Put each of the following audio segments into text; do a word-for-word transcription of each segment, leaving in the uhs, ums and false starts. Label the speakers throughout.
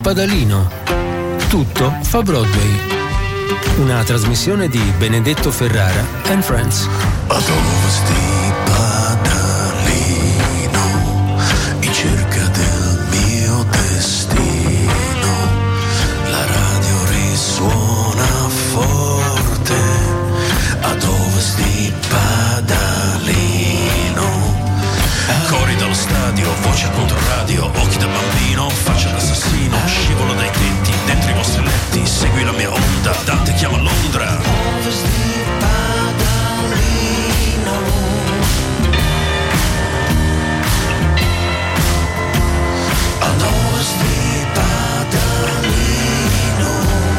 Speaker 1: Padalino. Tutto fa Broadway. Una trasmissione di Benedetto Ferrara and Friends.
Speaker 2: A dove sti Padalino, in cerca del mio destino, la radio risuona forte. A dove sti Padalino, cori dallo stadio, voce contro radio, occhi da bambino, faccia d'assassino, scivolo dai tetti, dentro i vostri letti, segui la mia onda, Dante chiama Londra. Dove sti Padalino, a dove sti Padalino,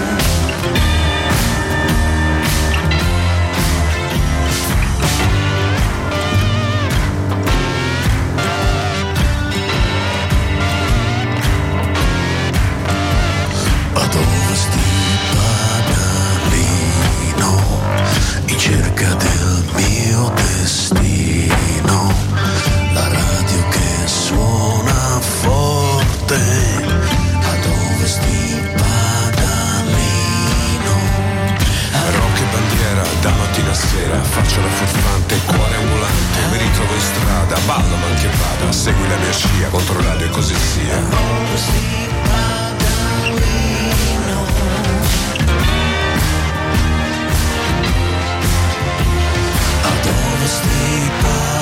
Speaker 2: a dove sti Padalino, in cerca del mio destino, la radio che suona forte. A dove sti Padalino, rock e bandiera da mattina a sera, faccio la furfante, cuore ambulante, mi ritrovo in strada, ballo man che vada, segui la mia scia, contro radio e così sia. A dove sti Padalino, a dove sti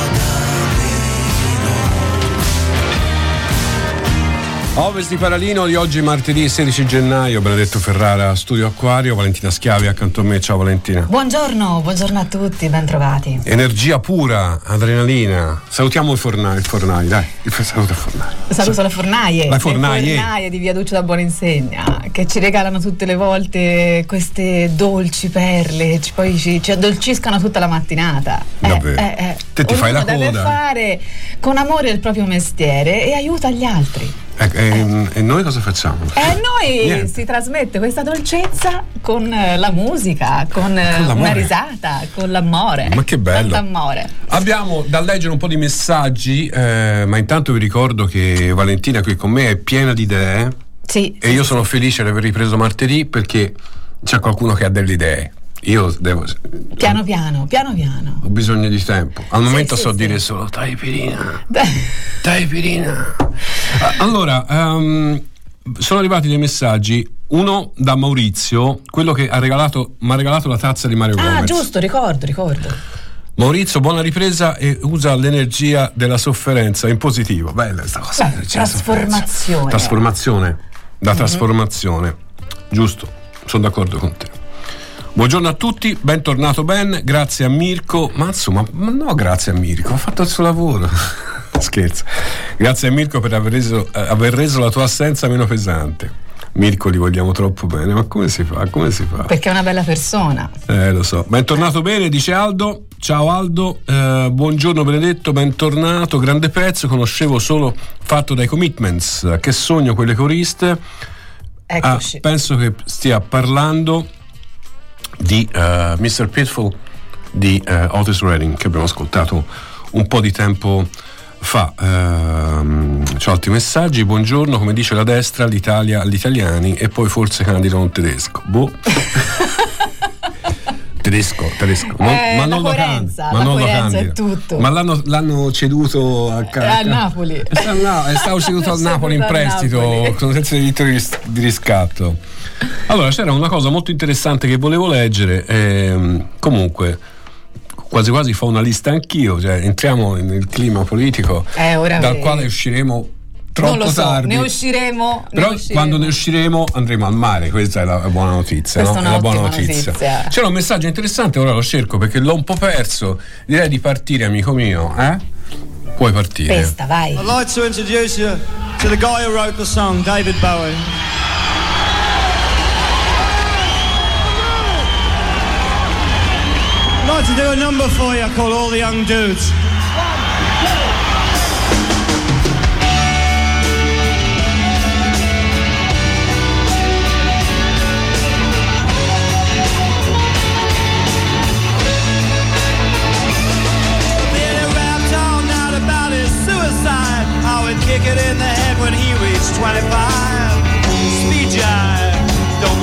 Speaker 3: Ovest di Paralino di oggi, martedì sedici gennaio. Benedetto Ferrara, Studio Acquario. Valentina Schiavi accanto a me. Ciao Valentina.
Speaker 4: Buongiorno, buongiorno a tutti, ben trovati.
Speaker 3: Energia pura, adrenalina. Salutiamo i fornai, il fornai, dai. Il saluto al fornai.
Speaker 4: Saluto alle fornaie.
Speaker 3: Le fornaie.
Speaker 4: Le fornaie di Via Duccio da Buoninsegna, che ci regalano tutte le volte queste dolci perle, ci, poi ci, ci addolciscano tutta la mattinata.
Speaker 3: Davvero?
Speaker 4: Eh, eh,
Speaker 3: Te ti fai la
Speaker 4: deve
Speaker 3: coda.
Speaker 4: fare con amore il proprio mestiere e aiuta gli altri.
Speaker 3: E, e, e noi cosa facciamo?
Speaker 4: E a noi
Speaker 3: Niente.
Speaker 4: si trasmette questa dolcezza con eh, la musica, con, eh,
Speaker 3: Con l'amore.
Speaker 4: una risata, con l'amore.
Speaker 3: Ma che bello.
Speaker 4: Tanto amore.
Speaker 3: Abbiamo da leggere un po' di messaggi, eh, ma intanto vi ricordo che Valentina qui con me è piena di idee.
Speaker 4: Sì.
Speaker 3: E io sono felice di aver ripreso martedì perché c'è qualcuno che ha delle idee. Io devo.
Speaker 4: Piano piano, piano piano.
Speaker 3: Ho bisogno di tempo. Al momento
Speaker 4: sì,
Speaker 3: so
Speaker 4: sì.
Speaker 3: dire solo Taipirina. Taipirina. Allora, um, sono arrivati dei messaggi. Uno da Maurizio, quello che ha regalato, mi ha regalato la tazza di Mario
Speaker 4: Ah,
Speaker 3: Gomez.
Speaker 4: giusto, ricordo, ricordo.
Speaker 3: Maurizio, buona ripresa e usa l'energia della sofferenza in positivo. Bella questa cosa.
Speaker 4: Beh,
Speaker 3: l'energia della
Speaker 4: trasformazione.
Speaker 3: sofferenza. Trasformazione. La trasformazione. Giusto, sono d'accordo con te. Buongiorno a tutti, bentornato Ben, grazie a Mirko. Ma insomma, ma no, grazie a Mirko, ha fatto il suo lavoro. Scherzo. Grazie a Mirko per aver reso, eh, aver reso la tua assenza meno pesante. Mirko, li vogliamo troppo bene, ma come si fa? Come si fa?
Speaker 4: Perché è una bella persona.
Speaker 3: Eh, lo so. Bentornato bene, dice Aldo. Ciao Aldo, eh, buongiorno Benedetto, bentornato. Grande pezzo, conoscevo solo fatto dai Commitments. Che sogno quelle coriste.
Speaker 4: Eccoci.
Speaker 3: Ah, penso che stia parlando di uh, mister Pitfall di uh, Otis Redding, che abbiamo ascoltato un po' di tempo fa. Uh, c'ho altri messaggi. Buongiorno, come dice la destra, l'Italia agli italiani e poi forse candidano un tedesco. Boh. Tedesco, tedesco. Non,
Speaker 4: Eh,
Speaker 3: ma
Speaker 4: la
Speaker 3: non lo
Speaker 4: coerenza,
Speaker 3: can- ma
Speaker 4: la
Speaker 3: non lo
Speaker 4: coerenza è
Speaker 3: candida.
Speaker 4: tutto.
Speaker 3: Ma l'hanno, l'hanno ceduto a,
Speaker 4: A Napoli.
Speaker 3: Sta, no, è stato ceduto al
Speaker 4: Ceduto
Speaker 3: Napoli in
Speaker 4: al
Speaker 3: prestito
Speaker 4: Napoli.
Speaker 3: con senza diritto di ris- di riscatto. Allora, c'era una cosa molto interessante che volevo leggere. ehm, comunque, quasi quasi fa una lista anch'io. Cioè, entriamo nel clima politico
Speaker 4: Eh, ora
Speaker 3: dal
Speaker 4: ve-
Speaker 3: quale usciremo troppo
Speaker 4: non lo so,
Speaker 3: tardi.
Speaker 4: ne usciremo. ne
Speaker 3: Però
Speaker 4: usciremo.
Speaker 3: quando ne usciremo andremo al mare, questa è la buona notizia,
Speaker 4: Questa
Speaker 3: no?
Speaker 4: è
Speaker 3: È la buona
Speaker 4: un'ottima
Speaker 3: notizia.
Speaker 4: notizia.
Speaker 3: C'era un messaggio interessante, ora lo cerco perché l'ho un po' perso. Direi di partire, amico mio, eh? Puoi partire.
Speaker 4: Questa, vai.
Speaker 5: I'd like to introduce you to the guy who wrote the song, David Bowie. I'd like to do a number for you called All the Young Dudes. Kick it in the head when he reached twenty-five.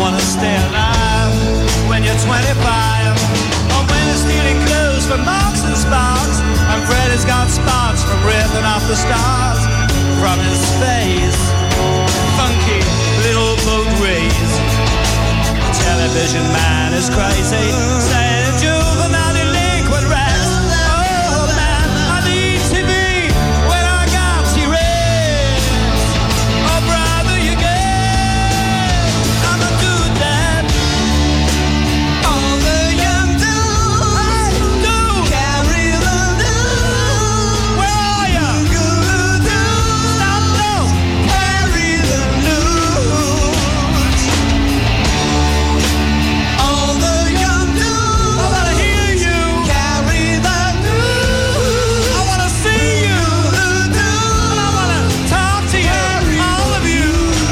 Speaker 5: wanna stay alive when you're twenty-five. Or when you're stealing clothes from Marks and Sparks, and Freddy's got spots from ripping off the stars from his face. Funky little boat race. Television man is crazy, saying juvenile delinquent rats. Oh man, I need T V when I got T-Rex. Oh brother, you get, I'm a good dad. All the young dudes do carry the news. Where are you? Good dudes, stop those, carry the news. All the young dudes, I wanna hear you carry the news. I wanna see you, and I wanna talk to you, all of you.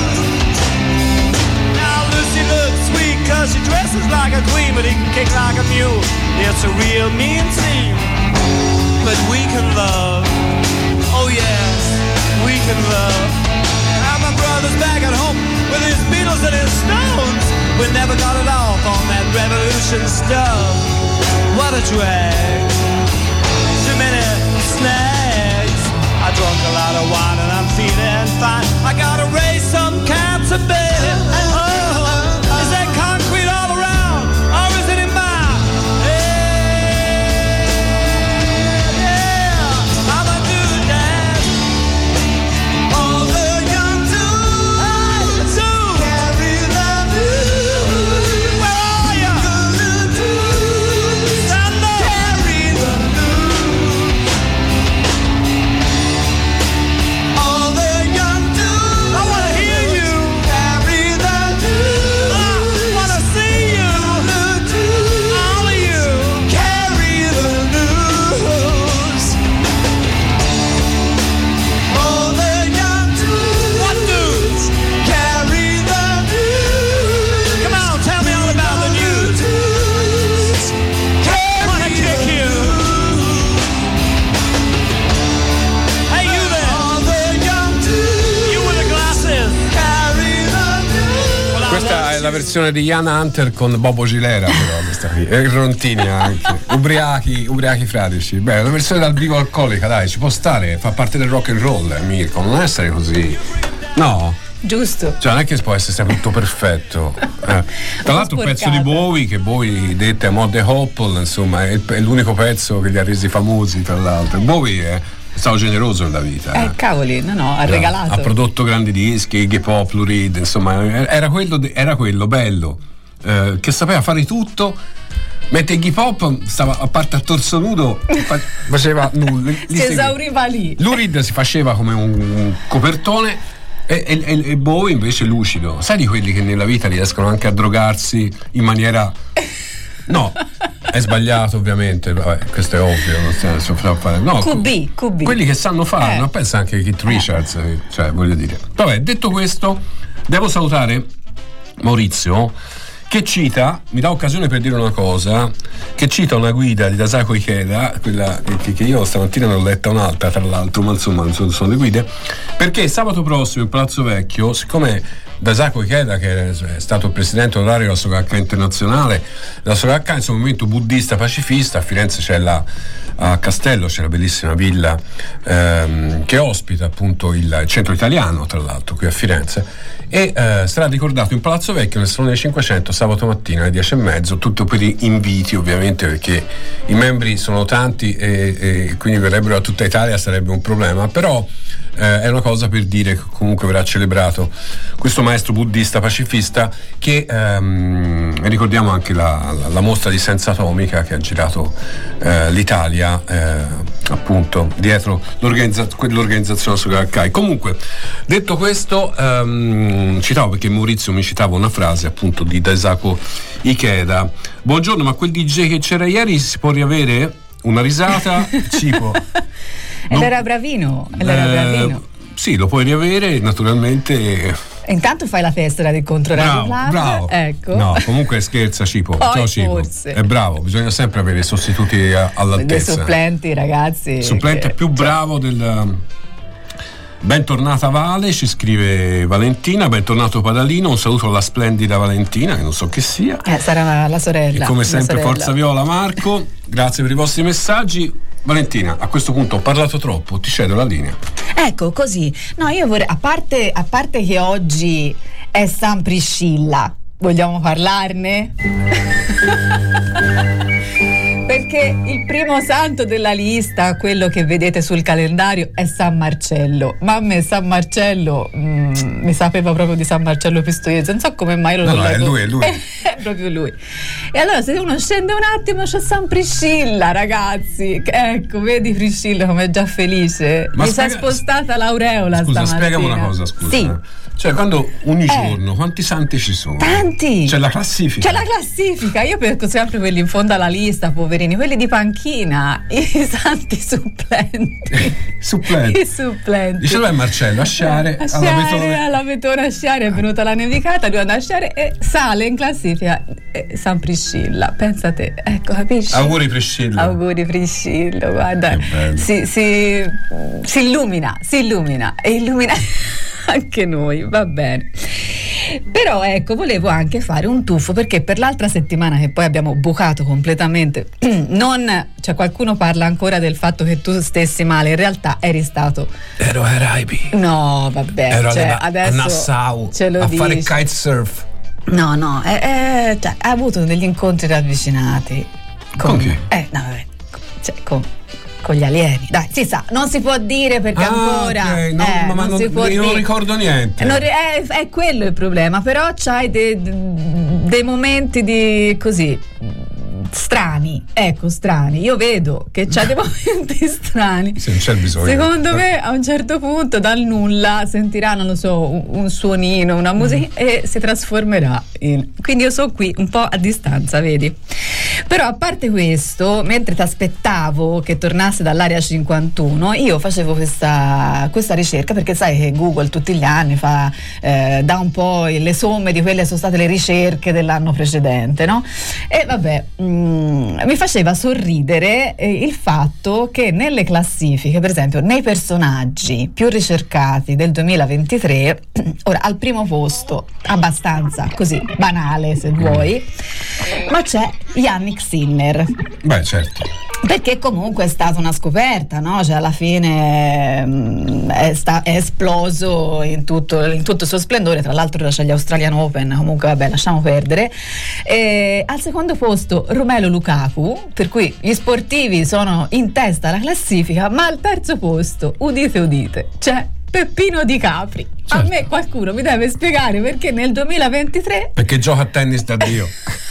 Speaker 5: Now Lucy looks sweet 'cause she dresses like a queen, but he can kick like a mule. It's a real mean team, but we can love. Oh yes, we can love. Now my brother's back at home with his Beatles and his Stones. We never got it off on that revolution stuff. What a drag. Too many snags. I drunk a lot of wine and I'm feeling fine. I gotta raise some cats a bit. Oh, is that concrete all around, or is it in my head? Yeah, I'm a dude, Dad. All the young dudes do carry the news. Where are you? Good dudes, stand up. Carry the news. All the young dudes, I wanna hear you. Carry the news. I wanna see you. Good dudes, all of you. Carry the news. All the young dudes. What dudes? Carry the news. Come on, tell me all about the news. I wanna kick you. Hey, you there. All the young dudes. You with the glasses. Carry the news. Well, I
Speaker 3: Questa
Speaker 5: love
Speaker 3: è la
Speaker 5: you.
Speaker 3: versione di Ian Hunter con Bobo Gilera, però questa qui. E Rontini anche. Ubriachi, ubriachi fradici. Beh, è una versione dal vivo alcolica, dai, ci può stare, fa parte del rock and roll, eh, Mirko, non essere così. No?
Speaker 4: Giusto.
Speaker 3: Cioè non è che può essere sempre tutto perfetto. Eh. Tra l'altro un pezzo di Bowie che Bowie dette a Mod the Hopple, insomma, è, il- è l'unico pezzo che li ha resi famosi, tra l'altro. Bowie è stato generoso nella vita.
Speaker 4: Eh, cavoli, no, no, ha regalato.
Speaker 3: Ha prodotto grandi dischi, Iggy Pop, Lou Reed, insomma, era quello, de- era quello bello, eh, che sapeva fare tutto. Mentre Iggy Pop stava a parte a torso nudo, fa- faceva nulla. li
Speaker 4: Si
Speaker 3: seguiva.
Speaker 4: esauriva lì.
Speaker 3: Lou Reed si faceva come un copertone e, e, e- e Bowie invece lucido. Sai di quelli che nella vita riescono anche a drogarsi in maniera. No, è sbagliato ovviamente, vabbè, questo è ovvio, non so, so fare. No,
Speaker 4: Q B, Q B.
Speaker 3: quelli che sanno fare,
Speaker 4: Eh.
Speaker 3: ma pensa anche Keith Richards, eh, cioè voglio dire. Vabbè, detto questo, devo salutare Maurizio che cita, mi dà occasione per dire una cosa, che cita una guida di Dasako Ikeda, quella che, che io stamattina ne ho letta un'altra tra l'altro, ma insomma sono, sono le guide, perché sabato prossimo in Palazzo Vecchio, siccome Dasako Ikeda, che è stato presidente onorario della Soka-Gakkai internazionale, la Soka-Gakkai è un movimento buddista pacifista, a Firenze c'è la, a Castello c'è la bellissima villa ehm, che ospita appunto il centro italiano, tra l'altro qui a Firenze, e eh, sarà ricordato in Palazzo Vecchio nel Salone cinquecento sabato mattina alle dieci e mezzo, tutto per i inviti ovviamente, perché i membri sono tanti e, e quindi verrebbero da tutta Italia, sarebbe un problema, però eh, è una cosa per dire che comunque verrà celebrato questo maestro buddista pacifista che ehm, ricordiamo anche la, la, la mostra di Senza Atomica che ha girato eh, l'Italia eh, appunto dietro l'organizza- l'organizzazione Soka-Gakkai. Comunque, detto questo, ehm, citavo perché Maurizio mi citava una frase appunto di Dasako Ikeda: buongiorno, ma quel D J che c'era ieri si può riavere una risata? Cipo.
Speaker 4: Ed era bravino, ed era bravino.
Speaker 3: Sì, lo puoi riavere naturalmente.
Speaker 4: E intanto fai la festa dell'incontro Radio
Speaker 3: Bravo,
Speaker 4: Club.
Speaker 3: bravo.
Speaker 4: Ecco.
Speaker 3: No, comunque scherza Cipo.
Speaker 4: Poi
Speaker 3: Ciao Cipo.
Speaker 4: forse.
Speaker 3: È bravo, bisogna sempre avere sostituti a-
Speaker 4: Dei
Speaker 3: all'altezza.
Speaker 4: supplenti, ragazzi.
Speaker 3: Il supplente
Speaker 4: che-
Speaker 3: più bravo del, Bentornata Vale, ci scrive Valentina, bentornato Padalino, un saluto alla splendida Valentina, che non so che sia.
Speaker 4: Eh, sarà la sorella.
Speaker 3: E come sempre
Speaker 4: sorella.
Speaker 3: Forza Viola Marco, grazie per i vostri messaggi. Valentina, a questo punto ho parlato troppo, ti cedo la linea.
Speaker 4: Ecco, così. No, io vorrei, a parte, a parte che oggi è San Priscilla, vogliamo parlarne? Perché il primo santo della lista, quello che vedete sul calendario, è San Marcello. Ma a me San Marcello mm, mi sapeva proprio di San Marcello Pistoiese, non so come mai lo
Speaker 3: No, no, è lui, è lui.
Speaker 4: È proprio lui. E allora se uno scende un attimo c'è San Priscilla, ragazzi. Ecco, vedi Priscilla come è già felice.
Speaker 3: Ma
Speaker 4: mi si è
Speaker 3: spiega...
Speaker 4: spostata l'aureola
Speaker 3: scusa,
Speaker 4: stamattina.
Speaker 3: spiegami una cosa, scusa.
Speaker 4: Sì.
Speaker 3: Cioè, quando ogni
Speaker 4: Eh.
Speaker 3: giorno quanti santi ci sono?
Speaker 4: Tanti!
Speaker 3: C'è la classifica.
Speaker 4: C'è la classifica, io penso sempre quelli in fondo alla lista, poverini, quelli di panchina, i santi supplenti.
Speaker 3: Supplenti.
Speaker 4: I supplenti.
Speaker 3: Dice dov'è Marcello? A Sciare,
Speaker 4: A
Speaker 3: alla
Speaker 4: Sciare,
Speaker 3: Vetone.
Speaker 4: alla Vetone a Sciare, è venuta la nevicata, lui andava a Sciare e sale in classifica eh, San Priscilla, pensa te, ecco, capisci?
Speaker 3: Auguri Priscilla.
Speaker 4: Auguri Priscilla, guarda,
Speaker 3: Che bello.
Speaker 4: si, si, si illumina, si illumina e illumina anche noi, va bene. Però ecco, volevo anche fare un tuffo, perché per l'altra settimana che poi abbiamo bucato completamente, non, cioè qualcuno parla ancora del fatto che tu stessi male, in realtà eri stato
Speaker 3: Ero a Raibi.
Speaker 4: no vabbè,
Speaker 3: Ero
Speaker 4: cioè,
Speaker 3: a,
Speaker 4: adesso
Speaker 3: a Nassau
Speaker 4: ce lo
Speaker 3: a
Speaker 4: dici.
Speaker 3: fare kitesurf.
Speaker 4: No, no, eh, eh, cioè, ha avuto degli incontri ravvicinati.
Speaker 3: Con chi?
Speaker 4: Eh, no, vabbè, cioè, con, con gli alieni. Dai, si sa, non si può dire perché
Speaker 3: Ah,
Speaker 4: ancora.
Speaker 3: ok, no,
Speaker 4: eh,
Speaker 3: ma
Speaker 4: non
Speaker 3: non-
Speaker 4: si può
Speaker 3: io non
Speaker 4: dire.
Speaker 3: ricordo niente.
Speaker 4: Non ri- è, è quello il problema, però c'hai dei, dei momenti di così strani, ecco, strani. Io vedo che c'ha dei momenti strani.
Speaker 3: Sì, non c'è bisogno.
Speaker 4: Secondo me a un certo punto dal nulla sentirà, non lo so, un, un suonino, una musica e si trasformerà in... Quindi io sono qui un po' a distanza, vedi? Però a parte questo, mentre ti aspettavo che tornasse dall'area cinquantuno, io facevo questa, questa ricerca, perché sai che Google tutti gli anni fa eh, dà un po' le somme di quelle che sono state le ricerche dell'anno precedente, no? E vabbè, mh, mi faceva sorridere eh, il fatto che nelle classifiche, per esempio nei personaggi più ricercati del duemilaventitré, ora al primo posto, abbastanza così banale se vuoi, ma c'è Yannick Sinner.
Speaker 3: Beh, certo.
Speaker 4: Perché comunque è stata una scoperta, no? Cioè alla fine mh, è, sta- è esploso in tutto, in tutto il suo splendore. Tra l'altro ora c'è gli Australian Open, comunque vabbè, lasciamo perdere. E al secondo posto Romelu Lukaku, per cui gli sportivi sono in testa alla classifica, ma al terzo posto, udite udite, c'è Peppino Di Capri.
Speaker 3: Certo.
Speaker 4: A me qualcuno mi deve spiegare perché nel duemilaventitré
Speaker 3: Perché gioca a tennis da Dio.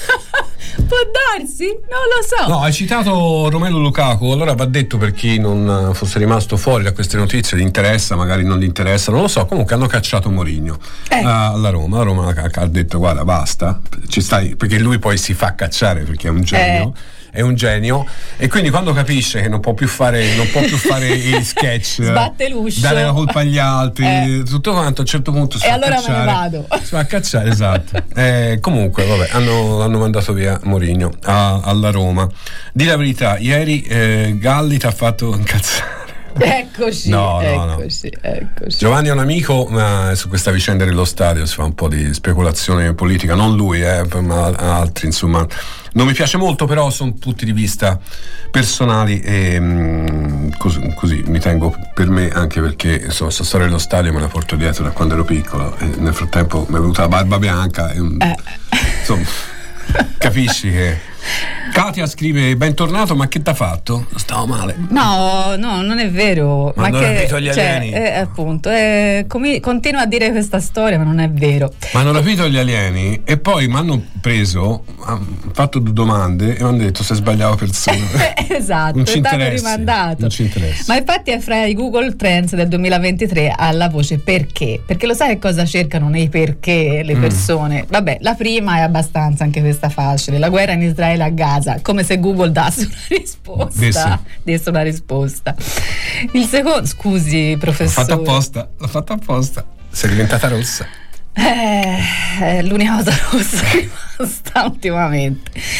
Speaker 4: può darsi, non lo so.
Speaker 3: No, hai citato Romelu Lukaku, allora va detto per chi non fosse rimasto fuori da queste notizie, gli interessa, magari non gli interessa, non lo so, comunque hanno cacciato Mourinho
Speaker 4: Eh.
Speaker 3: uh, alla Roma, la Roma ha, ha detto guarda basta, ci stai, perché lui poi si fa cacciare perché è un genio.
Speaker 4: Eh.
Speaker 3: È un genio e quindi quando capisce che non può più fare non può più fare i sketch,
Speaker 4: Sbatte l'uscio,
Speaker 3: dare la colpa agli altri,
Speaker 4: Eh.
Speaker 3: tutto quanto, a un certo punto si
Speaker 4: E
Speaker 3: fa
Speaker 4: allora me ne
Speaker 3: cacciare,
Speaker 4: vado.
Speaker 3: si fa cacciare, esatto. Eh, comunque vabbè, hanno, hanno mandato via Mourinho a- alla Roma. Di la verità, ieri eh, Galli ti ha fatto incazzare.
Speaker 4: Eccoci,
Speaker 3: No, no, no.
Speaker 4: eccoci, eccoci.
Speaker 3: Giovanni è un amico, ma su questa vicenda dello stadio si fa un po' di speculazione politica, non lui, eh, ma altri, insomma. Non mi piace molto, però sono punti di vista personali e mh, così, così mi tengo per me, anche perché insomma questa storia dello stadio me la porto dietro da quando ero piccolo e nel frattempo mi è venuta la barba bianca e,
Speaker 4: Eh.
Speaker 3: insomma, capisci che Katia scrive bentornato, ma che t'ha fatto? Stavo male.
Speaker 4: No, no, non è vero.
Speaker 3: Ma
Speaker 4: Ma
Speaker 3: non
Speaker 4: che,
Speaker 3: ha rapito gli
Speaker 4: cioè,
Speaker 3: alieni?
Speaker 4: eh, appunto, eh, come- continua a dire questa storia, ma non è vero.
Speaker 3: Ma hanno rapito gli alieni e poi mi hanno preso, hanno fatto due domande e mi hanno detto se sbagliavo persona.
Speaker 4: Esatto,
Speaker 3: Non
Speaker 4: è
Speaker 3: ci
Speaker 4: stato
Speaker 3: interessa,
Speaker 4: rimandato.
Speaker 3: non ci interessa.
Speaker 4: Ma infatti è fra i Google Trends del duemilaventitré alla voce perché? Perché lo sai che cosa cercano nei perché le
Speaker 3: Mm.
Speaker 4: persone? Vabbè, la prima è abbastanza anche questa facile, la guerra in Israele a Gaza, come se Google dasse una risposta.
Speaker 3: Desse.
Speaker 4: Desse una risposta. Il secondo, scusi
Speaker 3: L'ho
Speaker 4: professore.
Speaker 3: fatto apposta, l'ho fatto apposta. Sei diventata rossa.
Speaker 4: Eh, è l'unica cosa rossa rimasta ultimamente.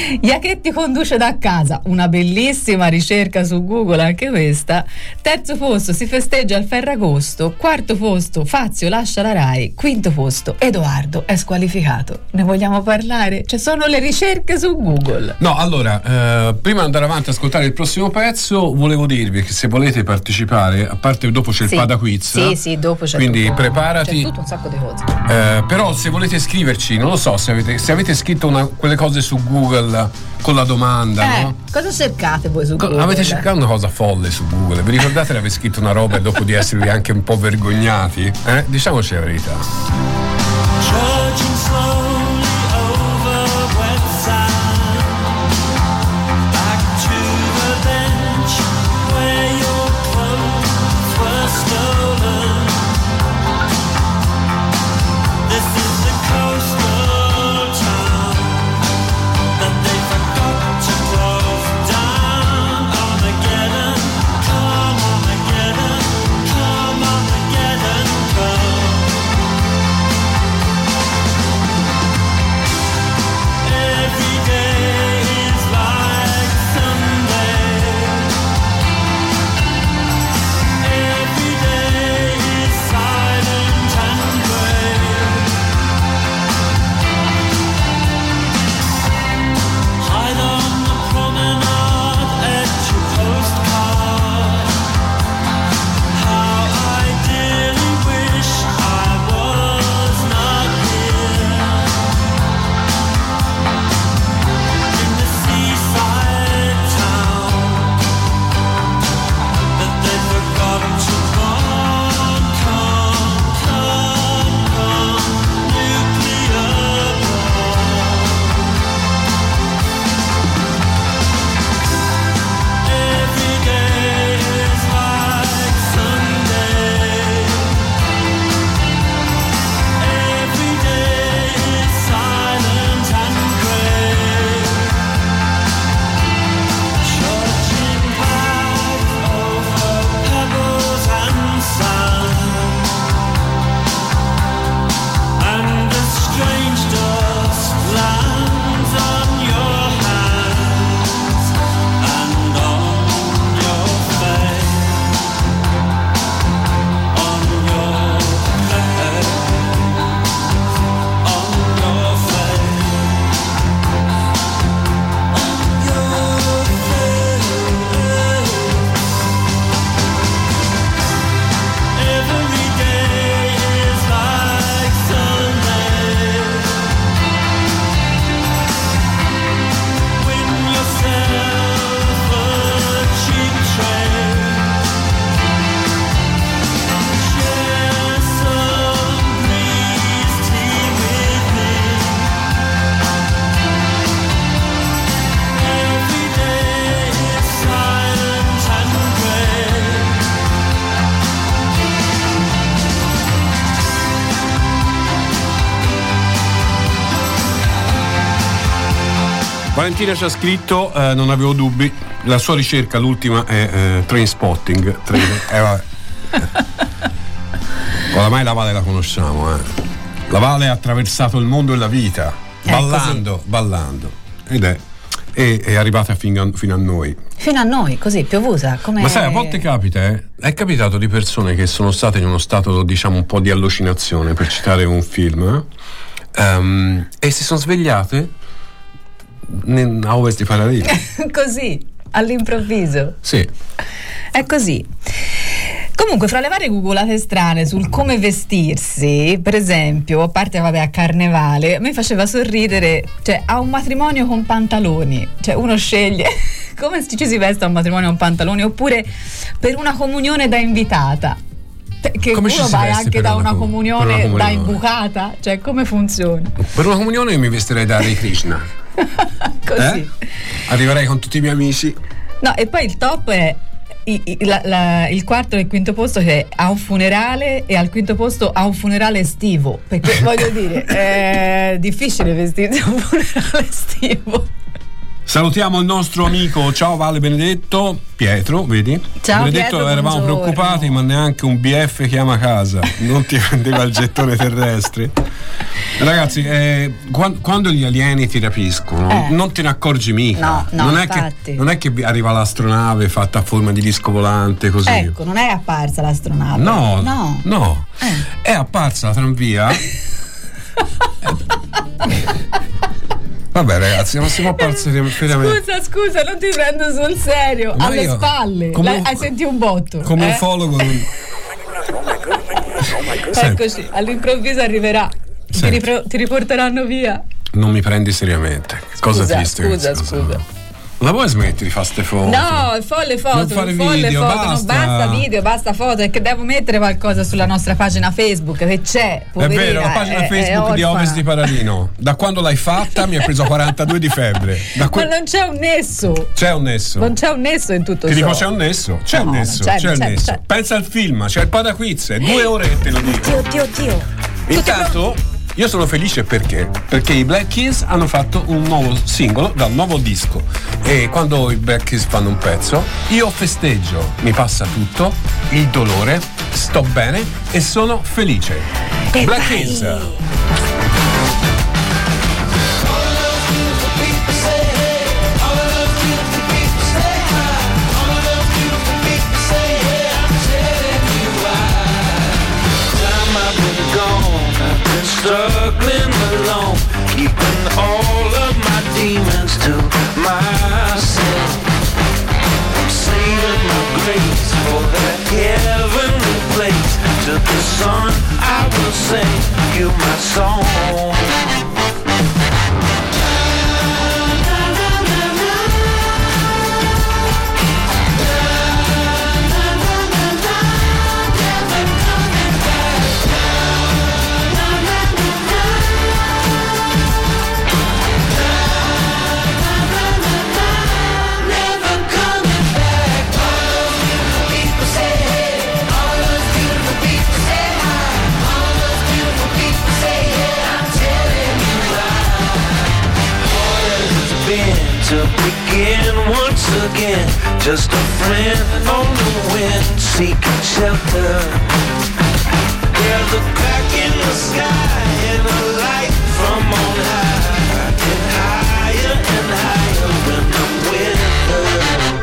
Speaker 4: Iachetti conduce da casa, una bellissima ricerca su Google anche questa. Terzo posto si festeggia il Ferragosto. Quarto posto Fazio lascia la Rai. Quinto posto Edoardo è squalificato. Ne vogliamo parlare? Cioè sono le ricerche su Google.
Speaker 3: No, allora, eh, prima di andare avanti a ascoltare il prossimo pezzo, volevo dirvi che se volete partecipare, a parte dopo c'è il
Speaker 4: Sì.
Speaker 3: Pada Quiz.
Speaker 4: Sì, sì, dopo c'è
Speaker 3: quindi
Speaker 4: tutto,
Speaker 3: preparati.
Speaker 4: c'è tutto un sacco di cose.
Speaker 3: Eh, però se volete scriverci, non lo so, se avete, se avete scritto una, quelle cose su Google con la domanda,
Speaker 4: Eh,
Speaker 3: no?
Speaker 4: cosa cercate voi su
Speaker 3: Co-
Speaker 4: Google?
Speaker 3: Avete cercato una cosa folle su Google? Vi ricordate di aver scritto una roba e dopo di esservi anche un po' vergognati? Eh? Diciamoci la verità.
Speaker 5: Trudging slowly over wet sand, back to the bench where your clothes were stolen. This is the coastal town that they forgot to close down. Armageddon, come Armageddon, come Armageddon, come. Every day is like Sunday. Every day is silent and gray. Hide on the promenade at your postcard. How I dearly wish I was not here. In the seaside town that they forgot to bomb, come, come, come, nuclear bomb. Every day is like Sunday. Every day is silent and gray. Trudging back over pebbles and sand, and a strange dust lands on your hands and on your face, on your face, on your face, on your face. Every day is like Sunday. Win yourself a cheap train. Share some breeze tea with me. Every day is silent and gray.
Speaker 3: Valentina ci ha scritto, eh, non avevo dubbi, la sua ricerca, l'ultima è eh, Trainspotting. Train, eh, vabbè. Oramai la Vale la conosciamo, eh. La Vale ha attraversato il mondo e la vita,
Speaker 4: È
Speaker 3: ballando, ballando, ed è, è, è arrivata fino a, fino a noi.
Speaker 4: Fino a noi, così, piovusa. Come...
Speaker 3: Ma sai, a volte capita, eh? È capitato di persone che sono state in uno stato, diciamo, un po' di allucinazione, per citare un film, eh? Ehm, e si sono svegliate ne- a ovest di Panarino.
Speaker 4: Così, all'improvviso.
Speaker 3: Sì.
Speaker 4: È così. Comunque, fra le varie googolate strane sul come vestirsi, per esempio, a parte vabbè a Carnevale, a me faceva sorridere, cioè a un matrimonio con pantaloni, cioè uno sceglie come ci si veste a un matrimonio con pantaloni, oppure per una comunione da invitata. Che
Speaker 3: Come ci
Speaker 4: uno
Speaker 3: si
Speaker 4: vai
Speaker 3: veste
Speaker 4: anche
Speaker 3: per
Speaker 4: da
Speaker 3: una
Speaker 4: una
Speaker 3: com-
Speaker 4: comunione,
Speaker 3: per una comunione?
Speaker 4: da imbucata, cioè come funziona?
Speaker 3: Per una comunione io mi vestirei da Hare Krishna.
Speaker 4: Così.
Speaker 3: Eh? Arriverei con tutti i miei amici.
Speaker 4: No, e poi il top è i- i- la- la- il quarto e il quinto posto, che ha un funerale, e al quinto posto ha un funerale estivo, perché voglio dire è difficile vestirsi a un funerale estivo.
Speaker 3: Salutiamo il nostro amico, ciao Vale Benedetto, Pietro, vedi?
Speaker 4: Ciao
Speaker 3: Benedetto,
Speaker 4: Pietro,
Speaker 3: eravamo
Speaker 4: buongiorno.
Speaker 3: preoccupati, ma neanche un B F chiama a casa, non ti prendeva il gettone terrestre. Ragazzi, eh, quando, quando gli alieni ti rapiscono,
Speaker 4: Eh.
Speaker 3: non te ne accorgi mica.
Speaker 4: No, no,
Speaker 3: non, è
Speaker 4: infatti.
Speaker 3: che, non è che arriva l'astronave fatta a forma di disco volante così.
Speaker 4: Ecco, non è apparsa l'astronave.
Speaker 3: No,
Speaker 4: no.
Speaker 3: no.
Speaker 4: Eh.
Speaker 3: È apparsa la tranvia. Vabbè ragazzi, ma siamo apparsi veramente.
Speaker 4: Scusa, scusa, non ti prendo sul serio.
Speaker 3: Ma
Speaker 4: Alle
Speaker 3: io,
Speaker 4: spalle.
Speaker 3: come
Speaker 4: La-
Speaker 3: un-
Speaker 4: hai sentito un botto.
Speaker 3: Come
Speaker 4: eh?
Speaker 3: ufologo non-
Speaker 4: Eccoci, all'improvviso arriverà. Ti,
Speaker 3: Senti.
Speaker 4: ripro- ti riporteranno via.
Speaker 3: non mi prendi seriamente. Cosa
Speaker 4: Scusa,
Speaker 3: triste.
Speaker 4: scusa,
Speaker 3: questa cosa.
Speaker 4: scusa.
Speaker 3: La vuoi smettere di fare ste foto?
Speaker 4: No, folle foto,
Speaker 3: Non fare
Speaker 4: folle
Speaker 3: video,
Speaker 4: foto,
Speaker 3: basta.
Speaker 4: non basta video, basta foto, è che devo mettere qualcosa sulla nostra pagina Facebook che c'è.
Speaker 3: È
Speaker 4: Poverina,
Speaker 3: vero, la pagina
Speaker 4: è- è
Speaker 3: Facebook di
Speaker 4: orfana.
Speaker 3: Ovest di Paradino. Da quando l'hai fatta mi ha preso quarantadue di febbre. Da que-
Speaker 4: Ma non c'è un nesso.
Speaker 3: C'è un nesso.
Speaker 4: Non c'è un nesso in tutto
Speaker 3: Ti
Speaker 4: ciò.
Speaker 3: dico c'è un nesso, c'è
Speaker 4: No,
Speaker 3: un nesso,
Speaker 4: c'è,
Speaker 3: c'è, il
Speaker 4: c'è,
Speaker 3: nesso.
Speaker 4: c'è.
Speaker 3: Pensa al film, c'è il Padaquiz, è due ore e te lo dico.
Speaker 4: Dio, Dio, Dio.
Speaker 3: Intanto io sono felice perché? Perché i Black Keys hanno fatto un nuovo singolo dal nuovo disco e quando i Black Keys fanno un pezzo io festeggio, mi passa tutto, il dolore, sto bene e sono felice.
Speaker 4: E
Speaker 3: Black
Speaker 4: vai.
Speaker 3: Keys.
Speaker 6: Struggling alone, keeping all of my demons to myself. I'm saving my grace for that heavenly place. To the sun I will sing you my song. To begin once again, just a friend on the wind, seeking shelter. There's a crack in the sky and a light from on high, and higher and higher when I'm with her.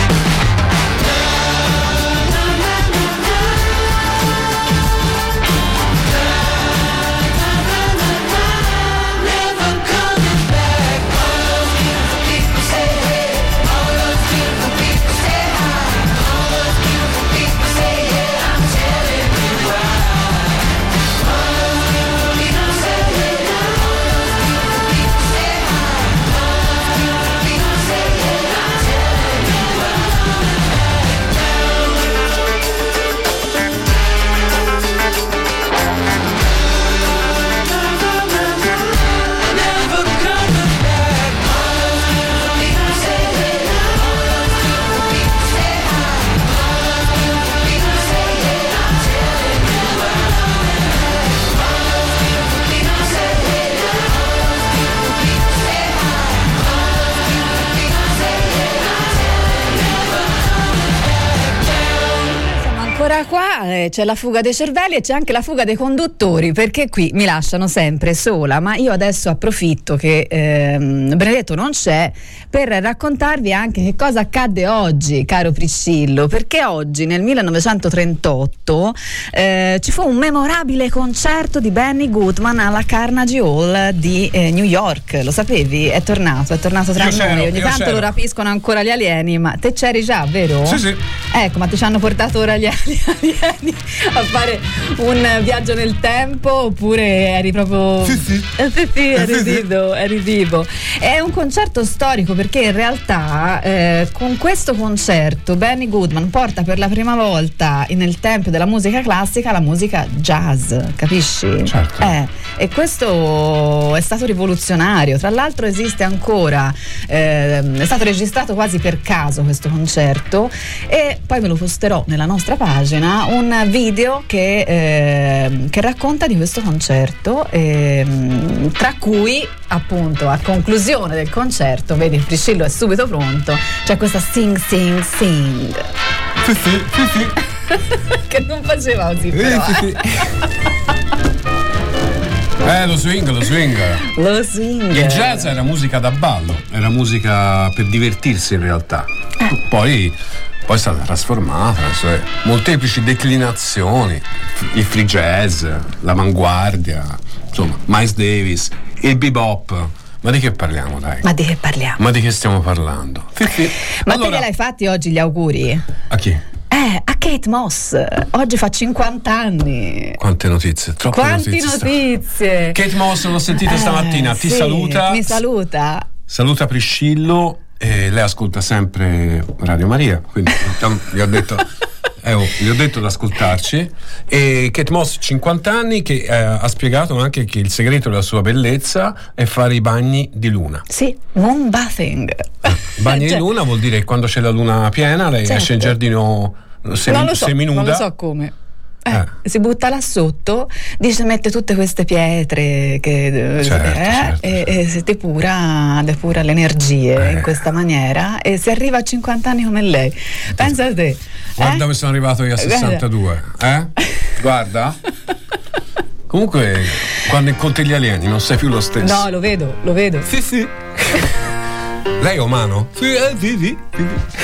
Speaker 4: Ancora qua eh, c'è la fuga dei cervelli e c'è anche la fuga dei conduttori, perché qui mi lasciano sempre sola, ma io adesso approfitto che ehm, Benedetto non c'è per raccontarvi anche che cosa accadde oggi, caro Priscillo, perché oggi nel millenovecentotrentotto eh, ci fu un memorabile concerto di Benny Goodman alla Carnegie Hall di eh, New York, lo sapevi? È tornato, è tornato tra
Speaker 3: Io
Speaker 4: noi,
Speaker 3: c'ero,
Speaker 4: ogni
Speaker 3: io
Speaker 4: tanto
Speaker 3: c'ero.
Speaker 4: lo rapiscono ancora gli alieni, ma te c'eri già, vero?
Speaker 3: Sì, sì.
Speaker 4: Ecco, ma ti ci hanno portato ora gli alieni a fare un viaggio nel tempo oppure eri proprio
Speaker 3: Sì, sì.
Speaker 4: Eh, sì, sì, eri
Speaker 3: Sì, sì.
Speaker 4: vivo, eri vivo. È un concerto storico perché in realtà eh, con questo concerto Benny Goodman porta per la prima volta nel tempio della musica classica la musica jazz, capisci?
Speaker 3: Certo.
Speaker 4: Eh, e questo è stato rivoluzionario. Tra l'altro esiste ancora, ehm, è stato registrato quasi per caso questo concerto e poi ve lo posterò nella nostra pagina Striscia un video che, eh, che racconta di questo concerto, eh, tra cui appunto a conclusione del concerto, vedi il Priscillo è subito pronto, c'è questa sing sing sing
Speaker 3: Sì, sì, sì, sì.
Speaker 4: che non faceva così però,
Speaker 3: sì, sì. Eh, lo swing, lo swing.
Speaker 4: Lo swing.
Speaker 3: Il jazz era musica da ballo, era musica per divertirsi in realtà.
Speaker 4: Eh.
Speaker 3: Poi, poi è stata trasformata, cioè, molteplici declinazioni, il free jazz, l'avanguardia, insomma, Miles Davis, il bebop. Ma di che parliamo, dai?
Speaker 4: Ma di che parliamo?
Speaker 3: Ma di che stiamo parlando? Sì, sì.
Speaker 4: Ma
Speaker 3: allora,
Speaker 4: te gliel'hai fatti oggi gli auguri?
Speaker 3: A chi?
Speaker 4: Eh, a Kate Moss, oggi fa cinquanta anni.
Speaker 3: Quante notizie, troppe
Speaker 4: Quanti
Speaker 3: notizie.
Speaker 4: notizie.
Speaker 3: Kate Moss l'ho sentita
Speaker 4: Eh,
Speaker 3: stamattina, ti
Speaker 4: sì,
Speaker 3: saluta.
Speaker 4: Mi saluta.
Speaker 3: Saluta Priscillo e lei ascolta sempre Radio Maria, quindi gli ho detto eh, oh, gli ho detto di ascoltarci. E Kate Moss, cinquanta anni, che eh, ha spiegato anche che il segreto della sua bellezza è fare i bagni di luna.
Speaker 4: Sì, moon bathing.
Speaker 3: Bagni
Speaker 4: Cioè,
Speaker 3: di luna vuol dire che quando c'è la luna piena lei
Speaker 4: certo.
Speaker 3: esce in giardino semi,
Speaker 4: non lo so,
Speaker 3: seminuda.
Speaker 4: non lo so come. Eh,
Speaker 3: Eh.
Speaker 4: Si butta là sotto, dice mette tutte queste pietre che,
Speaker 3: Certo,
Speaker 4: eh,
Speaker 3: certo,
Speaker 4: e,
Speaker 3: certo.
Speaker 4: e si depura, depura le energie
Speaker 3: Eh.
Speaker 4: in questa maniera e si arriva a cinquanta anni come lei. Pensa a te.
Speaker 3: Guarda
Speaker 4: eh?
Speaker 3: dove sono arrivato io a
Speaker 4: Guarda.
Speaker 3: sessantadue, eh? Guarda. Comunque, quando incontri gli alieni non sei più lo stesso.
Speaker 4: No, lo vedo, lo vedo.
Speaker 3: Sì, sì. Lei è umano? Sì, eh, sì, sì, sì, sì.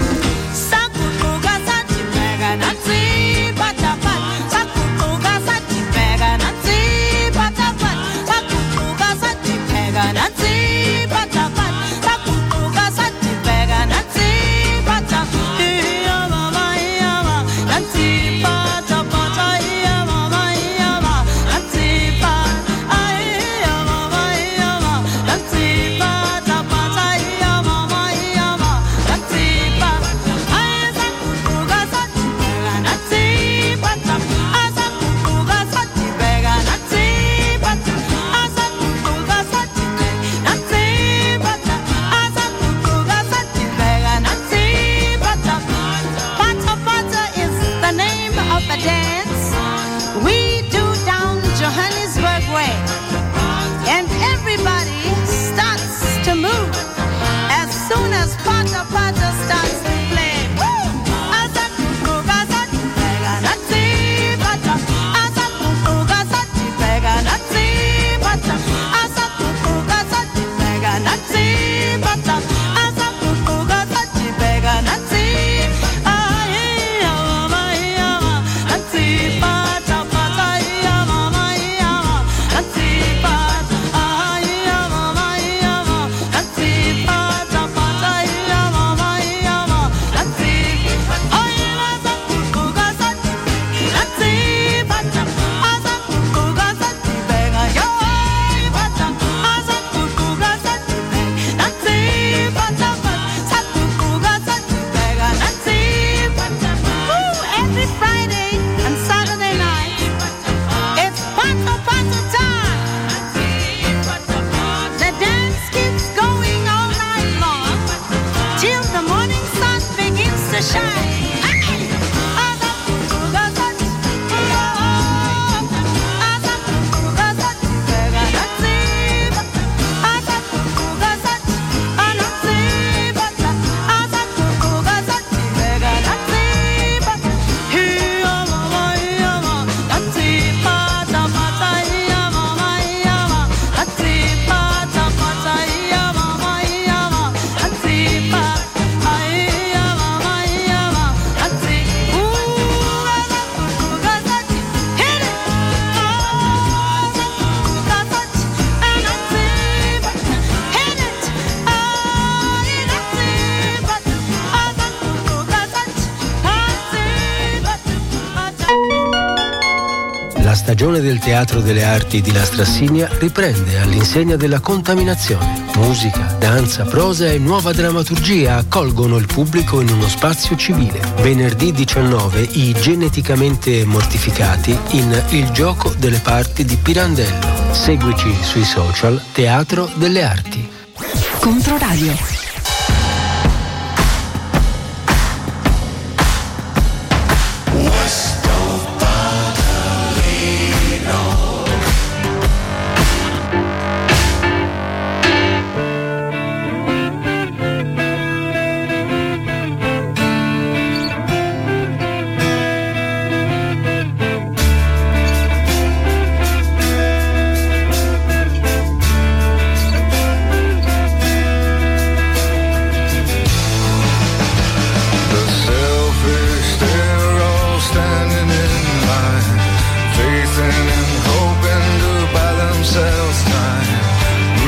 Speaker 1: La stagione del Teatro delle Arti di Lastra Assigna riprende all'insegna della contaminazione. Musica, danza, prosa e nuova drammaturgia accolgono il pubblico in uno spazio civile. Venerdì diciannove i geneticamente mortificati in Il gioco delle parti di Pirandello. Seguici sui social Teatro delle Arti.
Speaker 7: Controradio.
Speaker 2: What's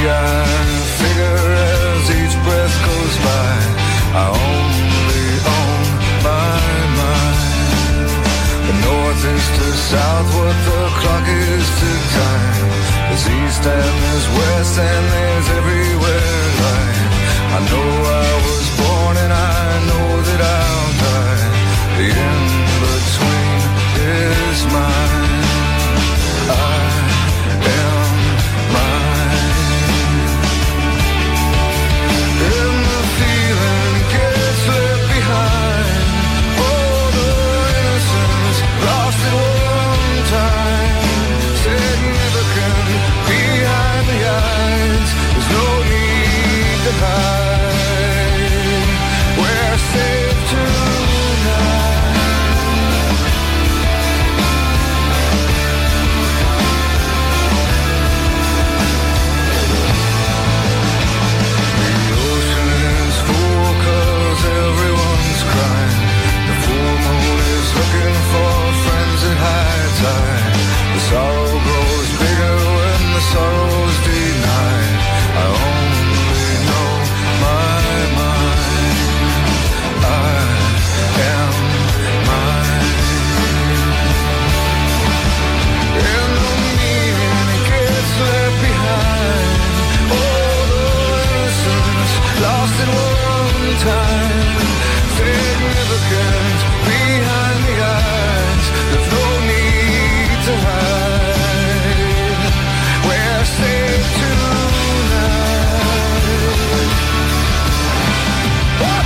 Speaker 8: see, I figure as each breath goes by, I only own my mind. The north is to south, what the clock is to time. There's east and there's west and there's everywhere light. I know I was born and I know that I'll die. The in-between is mine. I am mine. And the feeling gets left behind. All the innocence lost at one time. Significant behind the eyes. There's no need to hide. We're safe tonight. The ocean is full 'cause everyone's crying. The full moon is looking for friends at high tide. The sorrow grows bigger when the sorrow's denied. I only know my mind. I am mine. And the meaning gets left behind. All the innocence lost at one time. Significant behind the eyes. There's no need to hide. We're safe tonight. What?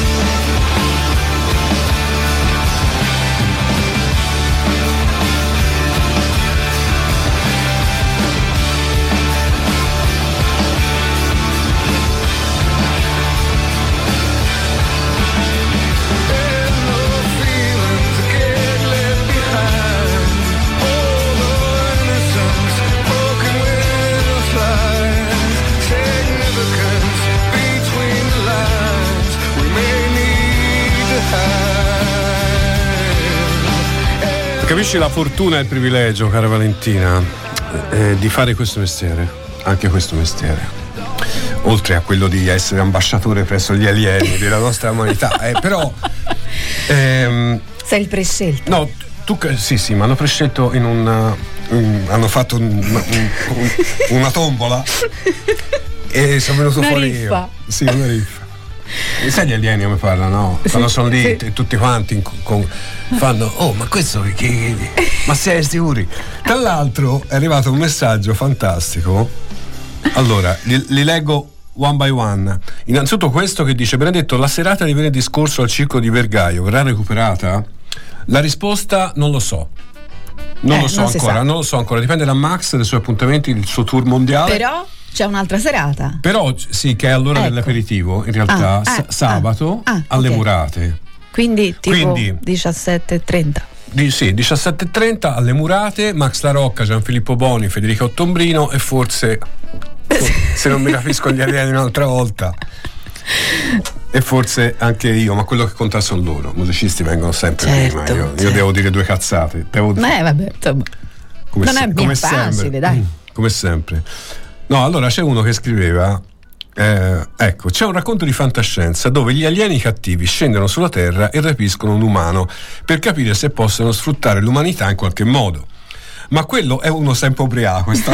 Speaker 8: And the feelings get left behind. All the innocence broken with lines. Significance between the lines. We may need to hide.
Speaker 3: Capisci la fortuna e il privilegio, cara Valentina, eh, di fare questo mestiere, anche questo mestiere. Oltre a quello di essere ambasciatore presso gli alieni della nostra umanità, eh, però ehm,
Speaker 4: Sei il prescelto.
Speaker 3: no, tu sì, sì, mi hanno prescelto in un, un- hanno fatto un- un- un- una tombola e sono venuto
Speaker 4: Una
Speaker 3: fuori
Speaker 4: riffa.
Speaker 3: io. Sì, una riffa. E sai gli alieni come parlano, no? Quando sono lì
Speaker 4: sì.
Speaker 3: t- tutti quanti in- con- fanno oh ma questo che, che- ma siete sicuri? Tra l'altro è arrivato un messaggio fantastico. Allora li, li leggo one by one. Innanzitutto questo che dice: Benedetto, la serata di venerdì scorso al Circo di Vergaio verrà recuperata? La risposta non lo so. Non
Speaker 4: Eh,
Speaker 3: lo so
Speaker 4: non si
Speaker 3: ancora,
Speaker 4: sa.
Speaker 3: non lo so ancora, dipende da Max, dai suoi appuntamenti, il suo tour mondiale.
Speaker 4: Però c'è un'altra serata.
Speaker 3: Però sì, che è all'ora
Speaker 4: Ecco.
Speaker 3: dell'aperitivo, in realtà,
Speaker 4: Ah,
Speaker 3: sa-
Speaker 4: ah,
Speaker 3: sabato
Speaker 4: ah,
Speaker 3: alle
Speaker 4: ok.
Speaker 3: Murate.
Speaker 4: Quindi tipo
Speaker 3: Quindi-
Speaker 4: diciassette e trenta.
Speaker 3: Di, sì, diciassette e trenta alle Murate, Max La Rocca, Gianfilippo Boni, Federica Ottombrino e forse, for- se non mi capisco gli alieni un'altra volta, e forse anche io, ma quello che conta sono loro. Musicisti vengono sempre
Speaker 4: Certo,
Speaker 3: prima. Io, io
Speaker 4: certo.
Speaker 3: devo dire due cazzate. Devo,
Speaker 4: Eh vabbè, insomma.
Speaker 3: come
Speaker 4: non
Speaker 3: se-
Speaker 4: è mica
Speaker 3: come
Speaker 4: facile,
Speaker 3: sempre.
Speaker 4: dai.
Speaker 3: Mm, come sempre. No, allora c'è uno che scriveva eh, ecco, c'è un racconto di fantascienza dove gli alieni cattivi scendono sulla Terra e rapiscono un umano per capire se possono sfruttare l'umanità in qualche modo. Ma quello è uno sempre ubriaco. Sta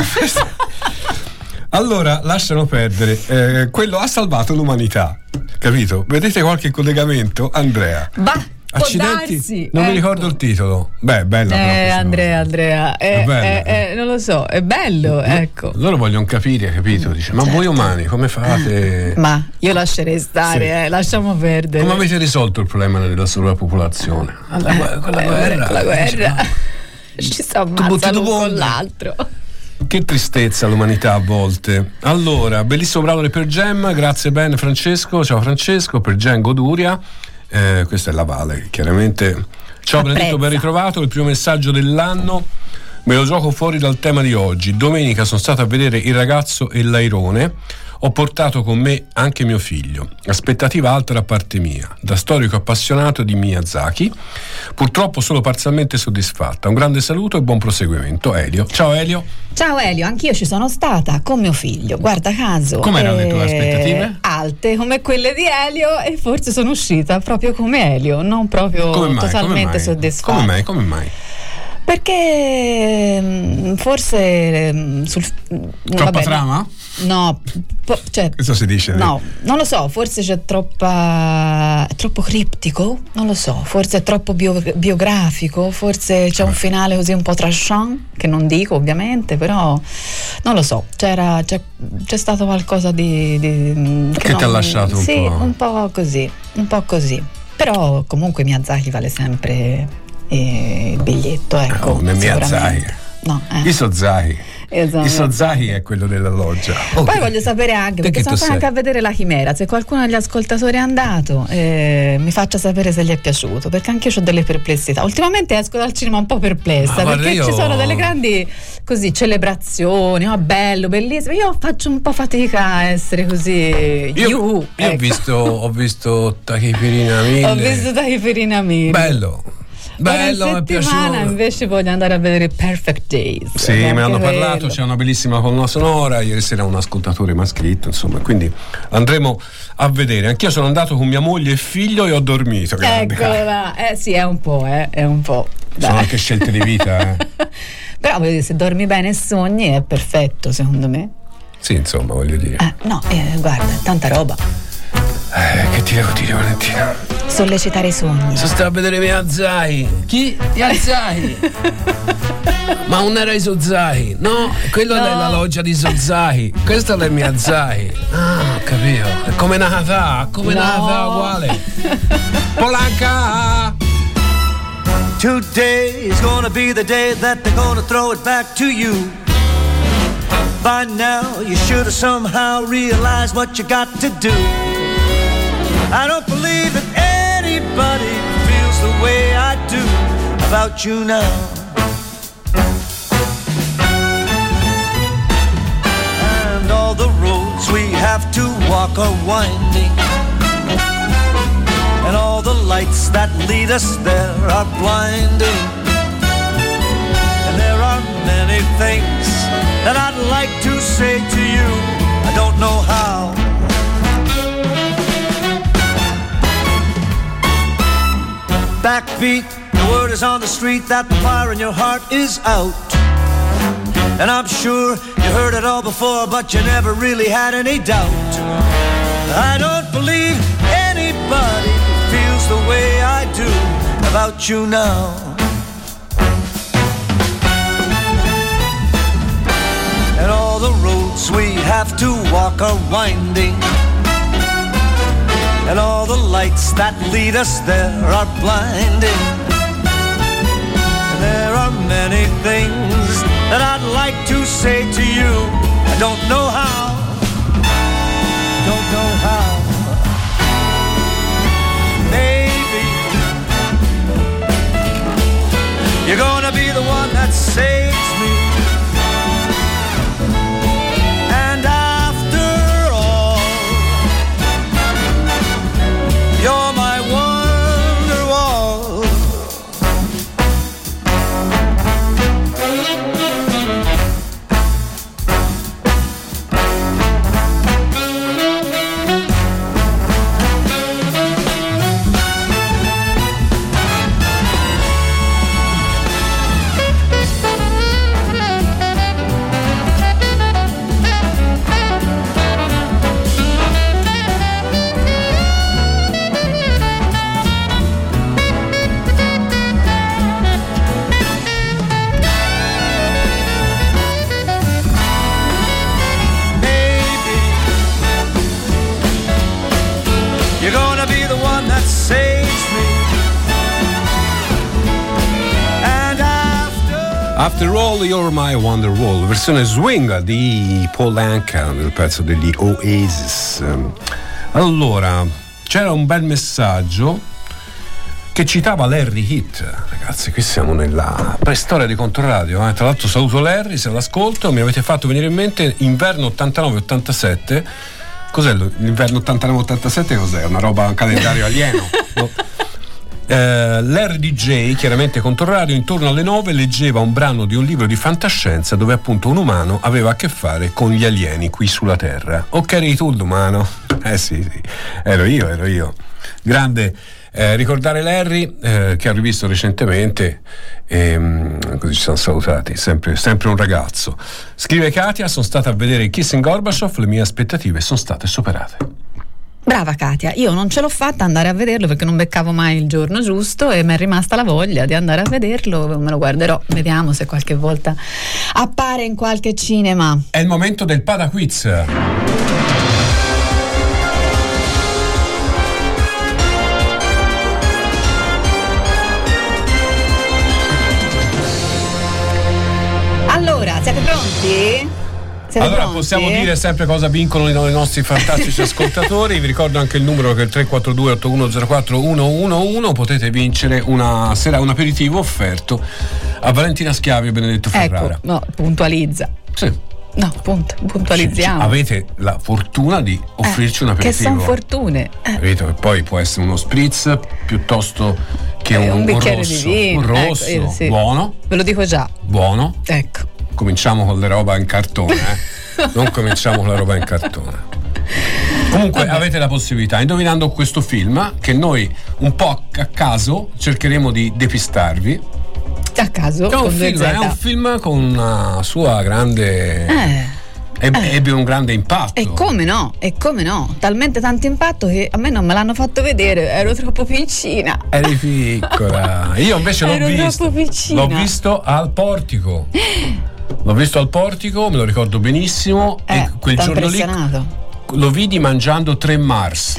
Speaker 3: allora lasciano perdere, eh, quello ha salvato l'umanità, capito? Vedete qualche collegamento? Andrea,
Speaker 4: Bah,
Speaker 3: accidenti,
Speaker 4: può darsi,
Speaker 3: non mi
Speaker 4: ecco.
Speaker 3: ricordo il titolo. Beh, bella però
Speaker 4: Eh,
Speaker 3: questa
Speaker 4: Andrea,
Speaker 3: cosa.
Speaker 4: Andrea,
Speaker 3: È
Speaker 4: eh,
Speaker 3: bella,
Speaker 4: eh,
Speaker 3: eh.
Speaker 4: eh, non lo so, è bello, ecco.
Speaker 3: Loro vogliono capire, capito? Dice, ma
Speaker 4: Certo.
Speaker 3: voi umani come fate?
Speaker 4: Ma io lascerei stare,
Speaker 3: Sì.
Speaker 4: eh, lasciamo perdere.
Speaker 3: Come avete risolto il problema della sovrapopolazione? Alla,
Speaker 4: Eh,
Speaker 3: con la
Speaker 4: eh,
Speaker 3: guerra.
Speaker 4: La guerra. Ci sta
Speaker 3: butti
Speaker 4: ammazzando
Speaker 3: due
Speaker 4: l'un con
Speaker 3: bombe.
Speaker 4: l'altro.
Speaker 3: Che tristezza l'umanità a volte. Allora, bellissimo bravo per Gem, grazie Ben Francesco, ciao Francesco, per Gen Goduria. Eh, questa è la Vale, chiaramente. Ciao Benedetto,
Speaker 4: Apprezza.
Speaker 3: ben ritrovato, il primo messaggio dell'anno. Me lo gioco fuori dal tema di oggi. Domenica sono stato a vedere Il ragazzo e l'airone. Ho portato con me anche mio figlio, aspettativa alta da parte mia, da storico appassionato di Miyazaki, purtroppo solo parzialmente soddisfatta. Un grande saluto e buon proseguimento. Elio. Ciao Elio.
Speaker 4: Ciao Elio, anch'io ci sono stata con mio figlio, guarda caso.
Speaker 3: Come erano le tue
Speaker 4: eh,
Speaker 3: aspettative?
Speaker 4: Alte, come quelle di Elio, e forse sono uscita proprio come Elio, non proprio
Speaker 3: Come mai?
Speaker 4: totalmente
Speaker 3: Come mai?
Speaker 4: soddisfatta.
Speaker 3: Come mai? Come mai?
Speaker 4: Perché mh, forse mh, sul
Speaker 3: Troppa
Speaker 4: vabbè,
Speaker 3: trama?
Speaker 4: No, no po- cioè,
Speaker 3: Questo si dice.
Speaker 4: no, non lo so, forse c'è troppa, è troppo criptico, non lo so, forse è troppo bio- biografico, forse c'è un finale così un po' tranchant, che non dico ovviamente, però non lo so, c'era, c'è, c'è stato qualcosa di, di
Speaker 3: che
Speaker 4: non,
Speaker 3: ti ha lasciato un
Speaker 4: sì,
Speaker 3: po'.
Speaker 4: un po' così, un po' così, però comunque Miyazaki vale sempre eh, il biglietto, ecco.
Speaker 3: Oh, nel Miyazaki.
Speaker 4: Sicuramente. No, eh.
Speaker 3: I Sozai.
Speaker 4: Esatto.
Speaker 3: Il Sozai è quello della loggia.
Speaker 4: Poi
Speaker 3: Ok.
Speaker 4: voglio sapere anche,
Speaker 3: Te
Speaker 4: perché
Speaker 3: che
Speaker 4: sono
Speaker 3: tu
Speaker 4: stata anche
Speaker 3: sei?
Speaker 4: a vedere La Chimera, se qualcuno degli ascoltatori è andato, eh, mi faccia sapere se gli è piaciuto, perché anche io ho delle perplessità. Ultimamente esco dal cinema un po' perplessa,
Speaker 3: Ma guarda,
Speaker 4: perché
Speaker 3: io-
Speaker 4: ci sono delle grandi così celebrazioni, oh, bello, bellissimo. Io faccio un po' fatica a essere così.
Speaker 3: Io,
Speaker 4: you,
Speaker 3: io ho
Speaker 4: ecco.
Speaker 3: visto ho visto Tachipirina mille.
Speaker 4: Ho visto Tachipirina mille.
Speaker 3: Bello. Bello, mi
Speaker 4: Ora
Speaker 3: è
Speaker 4: in settimana
Speaker 3: piaciuto.
Speaker 4: invece voglio andare a vedere Perfect Days.
Speaker 3: Sì,
Speaker 4: anche
Speaker 3: me ne hanno
Speaker 4: quello.
Speaker 3: parlato, c'è una bellissima colonna sonora, ieri sera un ascoltatore mi ha scritto, insomma, quindi andremo a vedere. Anch'io sono andato con mia moglie e figlio e ho dormito. grande.
Speaker 4: Eccola, eh sì, è un po', eh, è un po'.
Speaker 3: Sono
Speaker 4: Dai.
Speaker 3: anche scelte di vita, eh.
Speaker 4: Però voglio dire, se dormi bene e sogni è perfetto, secondo me.
Speaker 3: Sì, insomma, voglio dire.
Speaker 4: Eh, no, eh, guarda, tanta roba.
Speaker 3: Eh, che ti devo dire, Valentina?
Speaker 4: Sollecitare i sogni.
Speaker 3: Sono stato a vedere Miyazaki. Chi? Miyazaki. Ma non era i Sozai. No, quello
Speaker 4: No.
Speaker 3: è la loggia di Sozai. Questo è Miyazaki. Ah, ho capito. È come Nakata, come
Speaker 4: No.
Speaker 3: Nakata uguale. Polanca.
Speaker 5: Today is gonna be the day that they're gonna throw it back to you. By now, you should have somehow realized what you got to do. I don't believe that anybody feels the way I do about you now. And all the roads we have to walk are winding, and all the lights that lead us there are blinding. And there are many things that I'd like to say to you, I don't know how. Backbeat, the word is on the street that the fire in your heart is out. And I'm sure you heard it all before, but you never really had any doubt. I don't believe anybody feels the way I do about you now. And all the roads we have to walk are winding, and all the lights that lead us there are blinding. And there are many things that I'd like to say to you, I don't know how, don't know how. Maybe you're gonna be the one that saves me. And after all, you're my Wonderwall. Maybe you're gonna be the one that saves me. And after
Speaker 3: After All, You're My Wonderwall, versione swing di Paul Anka nel pezzo degli Oasis. Allora, c'era un bel messaggio che citava Larry Heat. Ragazzi, qui siamo nella preistoria di Controradio, eh? Tra l'altro saluto Larry se l'ascolto, mi avete fatto venire in mente inverno ottantanove ottantasette. Cos'è l'inverno ottantanove ottantasette? Cos'è? Una roba, un calendario alieno? No. Eh, Larry D J, chiaramente Controradio, intorno alle nove leggeva un brano di un libro di fantascienza dove appunto un umano aveva a che fare con gli alieni qui sulla Terra. O che eri tu l'umano? Eh sì, sì, ero io, ero io. Grande. Eh, ricordare Larry eh, che ha rivisto recentemente e mh, così ci siamo salutati, sempre, sempre un ragazzo. Scrive Katia: sono stata a vedere Kissing Gorbaciov, le mie aspettative sono state superate.
Speaker 4: Brava Katia, io non ce l'ho fatta andare a vederlo perché non beccavo mai il giorno giusto e mi è rimasta la voglia di andare a vederlo, me lo guarderò, vediamo se qualche volta appare in qualche cinema.
Speaker 3: È il momento del Pada Quiz.
Speaker 4: Allora, siete pronti? Siete
Speaker 3: allora
Speaker 4: pronti?
Speaker 3: Possiamo dire sempre cosa vincono i nostri fantastici ascoltatori. Vi ricordo anche il numero che è il tre quattro due otto uno zero quattro uno uno uno. Potete vincere una sera un aperitivo offerto a Valentina Schiavi e Benedetto Ferrara.
Speaker 4: Ecco, no, puntualizza.
Speaker 3: Sì.
Speaker 4: No, punto, puntualizziamo.
Speaker 3: Sì, avete la fortuna di offrirci
Speaker 4: eh,
Speaker 3: un aperitivo.
Speaker 4: Che sono fortune. Eh.
Speaker 3: Capito? Che poi può essere uno spritz piuttosto che
Speaker 4: eh,
Speaker 3: un,
Speaker 4: un bicchiere
Speaker 3: un rosso.
Speaker 4: di vino.
Speaker 3: Un rosso,
Speaker 4: ecco, sì.
Speaker 3: buono.
Speaker 4: Ve lo dico già.
Speaker 3: Buono.
Speaker 4: Ecco.
Speaker 3: Cominciamo con le roba in cartone, eh? Non cominciamo con la roba in cartone. Comunque Vabbè. avete la possibilità, indovinando questo film, che noi un po' a caso cercheremo di depistarvi.
Speaker 4: A caso?
Speaker 3: È un, film, è un film con una sua grande... Eh. Ebbe, eh. ebbe un grande impatto.
Speaker 4: E come no? E come no? Talmente tanto impatto che a me non me l'hanno fatto vedere, ero troppo piccina.
Speaker 3: Eri piccola. Io invece l'ho
Speaker 4: ero
Speaker 3: visto.
Speaker 4: Troppo piccina.
Speaker 3: L'ho visto al Portico. L'ho visto al Portico, me lo ricordo benissimo.
Speaker 4: Eh,
Speaker 3: e quel giorno lì lo vidi mangiando tre Mars.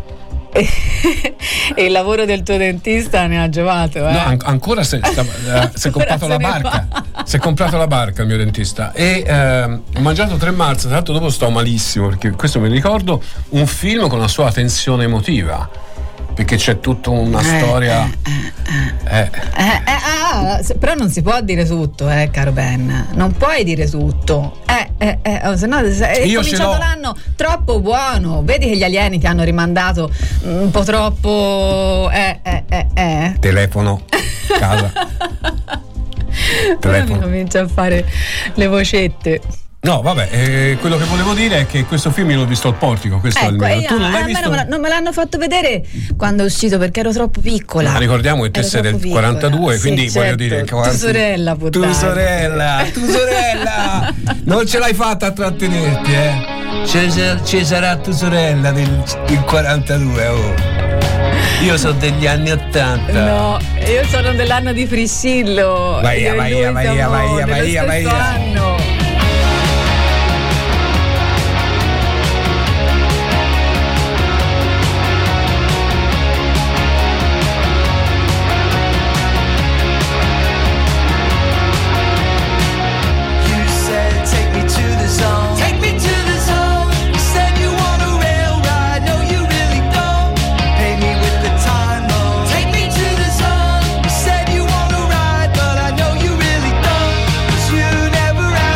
Speaker 4: E il lavoro del tuo dentista ne ha giovato, eh?
Speaker 3: No, an- ancora si è comprato la barca. Si è comprato la barca il mio dentista. E eh, ho mangiato tre Mars. Tra l'altro dopo sto malissimo, perché questo mi ricordo un film con la sua tensione emotiva, perché c'è tutta una
Speaker 4: eh,
Speaker 3: storia
Speaker 4: eh, eh, eh. Eh, eh, ah, però non si può dire tutto, eh, caro Ben, non puoi dire tutto, eh, eh, eh, se no è
Speaker 3: Io
Speaker 4: cominciato l'anno troppo buono, vedi che gli alieni ti hanno rimandato un po' troppo eh, eh, eh, eh.
Speaker 3: telefono casa telefono.
Speaker 4: Mi comincia a fare le vocette.
Speaker 3: No, vabbè, eh, quello che volevo dire è che questo film io l'ho visto al Portico, questo
Speaker 4: ecco,
Speaker 3: è il mio.
Speaker 4: Io,
Speaker 3: Tu non l'hai
Speaker 4: a
Speaker 3: visto?
Speaker 4: Me non, non me l'hanno fatto vedere quando è uscito perché ero troppo piccola.
Speaker 3: Ma ricordiamo che te sei del
Speaker 4: piccola.
Speaker 3: quarantadue,
Speaker 4: sì,
Speaker 3: quindi
Speaker 4: certo.
Speaker 3: voglio dire
Speaker 4: quaranta... tu sorella può
Speaker 3: tu
Speaker 4: dare.
Speaker 3: sorella, tu sorella, non ce l'hai fatta a trattenerti, eh? Ci, ci sarà tu sorella del, del quarantadue, oh. Io sono degli anni ottanta.
Speaker 4: No, io sono dell'anno di Priscillo.
Speaker 3: Vai, vai, vai, vai, vai, vai, vai,
Speaker 4: anno.
Speaker 9: Never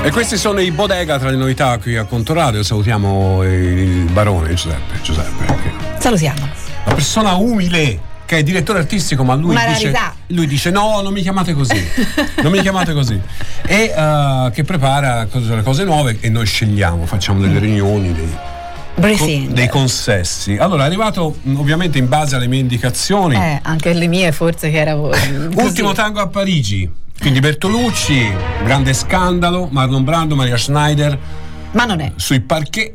Speaker 3: E questi sono i Bodega tra le novità qui a Contoradio. Salutiamo il barone Giuseppe. Giuseppe che...
Speaker 4: Salutiamo.
Speaker 3: La persona umile che è direttore artistico, ma lui
Speaker 4: Una
Speaker 3: dice,
Speaker 4: rarità.
Speaker 3: lui dice no, non mi chiamate così, non mi chiamate così. E uh, che prepara cose, cose nuove e noi scegliamo, facciamo delle riunioni, dei,
Speaker 4: Briefing.
Speaker 3: dei consessi. Allora è arrivato ovviamente in base alle mie indicazioni.
Speaker 4: Eh, anche le mie forse che era
Speaker 3: Ultimo tango a Parigi, quindi Bertolucci, grande scandalo, Marlon Brando, Maria Schneider.
Speaker 4: Ma non è.
Speaker 3: Sui parquet.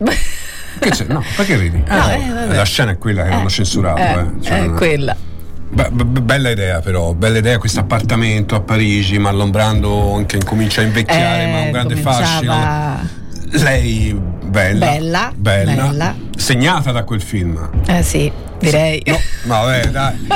Speaker 3: Che c'è? No, perché ridi?
Speaker 4: No,
Speaker 3: eh,
Speaker 4: eh,
Speaker 3: la scena è quella che
Speaker 4: eh,
Speaker 3: hanno censurato.
Speaker 4: Eh,
Speaker 3: eh. Cioè,
Speaker 4: è
Speaker 3: no.
Speaker 4: quella.
Speaker 3: Be- be- bella idea però, bella idea questo appartamento a Parigi, Marlon Brando che incomincia a invecchiare,
Speaker 4: Eh,
Speaker 3: ma ha un grande
Speaker 4: cominciava-
Speaker 3: fascino. Lei bella,
Speaker 4: Bella,
Speaker 3: bella,
Speaker 4: bella.
Speaker 3: segnata da quel film.
Speaker 4: Eh sì, direi.
Speaker 3: No, ma vabbè, dai.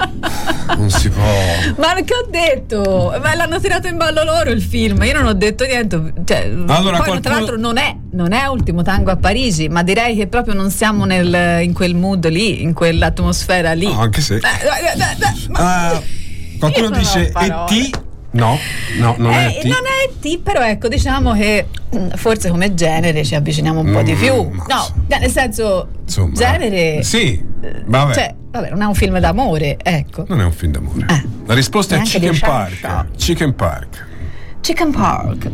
Speaker 3: Non si può.
Speaker 4: Ma che ho detto? Ma l'hanno tirato in ballo loro il film. Io non ho detto niente. Cioè,
Speaker 3: Allora,
Speaker 4: poi
Speaker 3: qualcuno...
Speaker 4: tra l'altro non è, non è Ultimo tango a Parigi, ma direi che proprio non siamo nel, in quel mood lì, in quell'atmosfera lì.
Speaker 3: No, anche se.
Speaker 4: Eh, eh, eh, eh, ma-
Speaker 3: Ah, qualcuno
Speaker 4: Io non ho
Speaker 3: dice E
Speaker 4: parole.
Speaker 3: T? No, no, non
Speaker 4: Eh,
Speaker 3: è E T.
Speaker 4: non è E T, però ecco, diciamo che mh, forse come genere ci avviciniamo un po' di
Speaker 3: Mm,
Speaker 4: più.
Speaker 3: ma
Speaker 4: No,
Speaker 3: insomma.
Speaker 4: nel senso,
Speaker 3: Insomma,
Speaker 4: genere.
Speaker 3: sì, vabbè.
Speaker 4: Cioè, vabbè, non è un film d'amore, ecco.
Speaker 3: Non è un film d'amore.
Speaker 4: Eh.
Speaker 3: La risposta è
Speaker 4: Neanche
Speaker 3: Chicken
Speaker 4: di
Speaker 3: Park.
Speaker 4: Shark.
Speaker 3: Chicken Park.
Speaker 4: Chicken Park.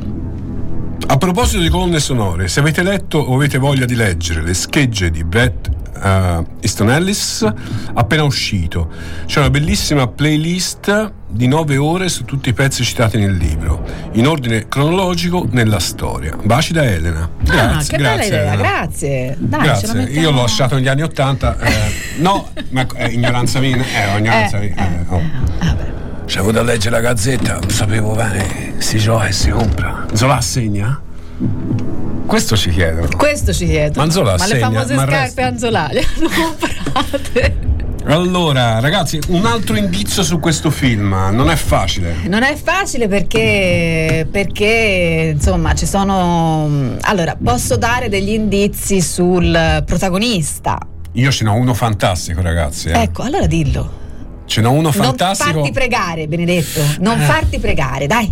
Speaker 3: A proposito di colonne sonore, se avete letto o avete voglia di leggere le schegge di Bret uh, Easton Ellis, appena uscito, c'è una bellissima playlist di nove ore su tutti i pezzi citati nel libro, in ordine cronologico nella storia. Baci da Elena. Grazie,
Speaker 4: ah, che bella
Speaker 3: grazie,
Speaker 4: idea,
Speaker 3: Elena.
Speaker 4: grazie. Dai, ce la
Speaker 3: Grazie,
Speaker 4: mettiamo.
Speaker 3: io l'ho lasciato negli anni Ottanta. Eh, no, ma è ignoranza mia. Eh, ignoranza
Speaker 4: Eh,
Speaker 3: mia.
Speaker 4: eh,
Speaker 3: Eh, oh.
Speaker 4: vabbè.
Speaker 3: C'è avuto a leggere la gazzetta, non sapevo bene, si gioca e si compra. Zola assegna? Questo ci chiedono.
Speaker 4: Questo ci chiedo.
Speaker 3: Manzola
Speaker 4: ma le
Speaker 3: segna,
Speaker 4: famose
Speaker 3: ma
Speaker 4: scarpe
Speaker 3: resta-
Speaker 4: Anzola le hanno comprate?
Speaker 3: Allora, ragazzi, un altro indizio su questo film. Non è facile.
Speaker 4: Non è facile perché perché insomma ci sono. Allora, posso dare degli indizi sul protagonista.
Speaker 3: Io ce n'ho uno fantastico, ragazzi. Eh.
Speaker 4: Ecco, allora dillo.
Speaker 3: Ce n'ho uno fantastico.
Speaker 4: Non farti pregare, Benedetto. Non
Speaker 3: Eh.
Speaker 4: farti pregare, dai.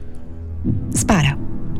Speaker 4: Spara.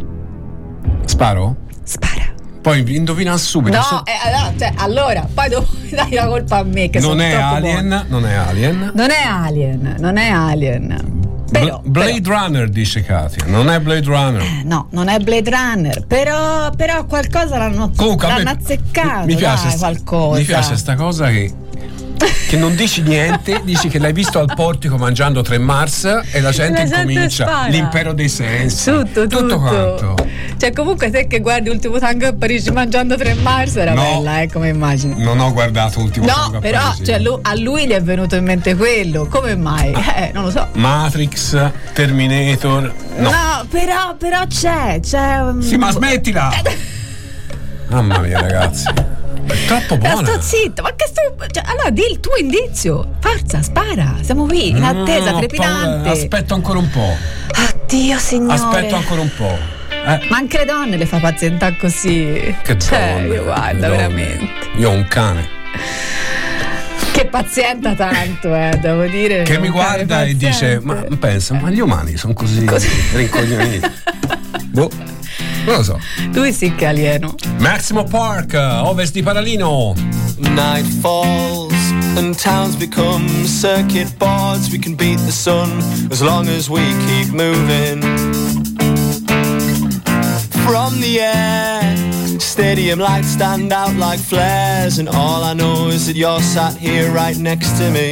Speaker 3: Sparo?
Speaker 4: Spara.
Speaker 3: Poi indovina subito.
Speaker 4: No,
Speaker 3: So-
Speaker 4: eh, allora, cioè, allora, poi dopo dai la colpa a me che
Speaker 3: non
Speaker 4: sono
Speaker 3: è
Speaker 4: troppo
Speaker 3: Alien,
Speaker 4: buona.
Speaker 3: non è Alien.
Speaker 4: Non è Alien, non è Alien. Però,
Speaker 3: Bl- Blade
Speaker 4: però-
Speaker 3: Runner, dice Katia. Non è Blade Runner.
Speaker 4: Eh, no, non è Blade Runner, però, però qualcosa l'hanno,
Speaker 3: Comunque a me-
Speaker 4: l'hanno azzeccato,
Speaker 3: mi piace
Speaker 4: dai,
Speaker 3: sta-
Speaker 4: qualcosa.
Speaker 3: Mi piace sta cosa che che non dici niente, dici che l'hai visto al portico mangiando tre Mars e la gente
Speaker 4: La gente
Speaker 3: incomincia
Speaker 4: spara.
Speaker 3: l'impero dei sensi.
Speaker 4: Tutto, tutto.
Speaker 3: quanto.
Speaker 4: Cioè, comunque, te che guardi Ultimo tango a Parigi mangiando tre Mars era
Speaker 3: No.
Speaker 4: bella, eh, come immagini.
Speaker 3: Non ho guardato Ultimo Tango
Speaker 4: No,
Speaker 3: a
Speaker 4: però
Speaker 3: Parigi.
Speaker 4: cioè, lu- a lui gli è venuto in mente quello. Come mai? Eh, non lo so.
Speaker 3: Matrix, Terminator. No.
Speaker 4: No, però, però c'è, c'è. um,
Speaker 3: Sì, ma smettila! Mamma mia, ragazzi. È troppo
Speaker 4: Ma
Speaker 3: buona.
Speaker 4: sto zitta, ma che sto. Cioè, allora di il tuo indizio. Forza, spara. Siamo qui, in
Speaker 3: No,
Speaker 4: attesa,
Speaker 3: no, no,
Speaker 4: trepidante.
Speaker 3: paura. Aspetto ancora un po'.
Speaker 4: Addio, signore.
Speaker 3: Aspetto ancora un po'. Eh?
Speaker 4: Ma anche le donne le fa pazientà così.
Speaker 3: Che
Speaker 4: cioè,
Speaker 3: donne,
Speaker 4: io guarda,
Speaker 3: che donne.
Speaker 4: veramente.
Speaker 3: Io ho un cane
Speaker 4: Che pazienta tanto, eh, devo dire.
Speaker 3: che
Speaker 4: un
Speaker 3: mi
Speaker 4: cane
Speaker 3: guarda e dice: Ma
Speaker 4: paziente.
Speaker 3: pensa, ma gli umani sono così,
Speaker 4: Così.
Speaker 3: rincoglioniti. Boh, non lo so.
Speaker 4: Lui sì che è alieno.
Speaker 3: Maximo Park, ovest di Paralino.
Speaker 9: Night falls and towns become circuit boards. We can beat the sun as long as we keep moving. From the air, stadium lights stand out like flares, and all I know is that you're sat here right next to me.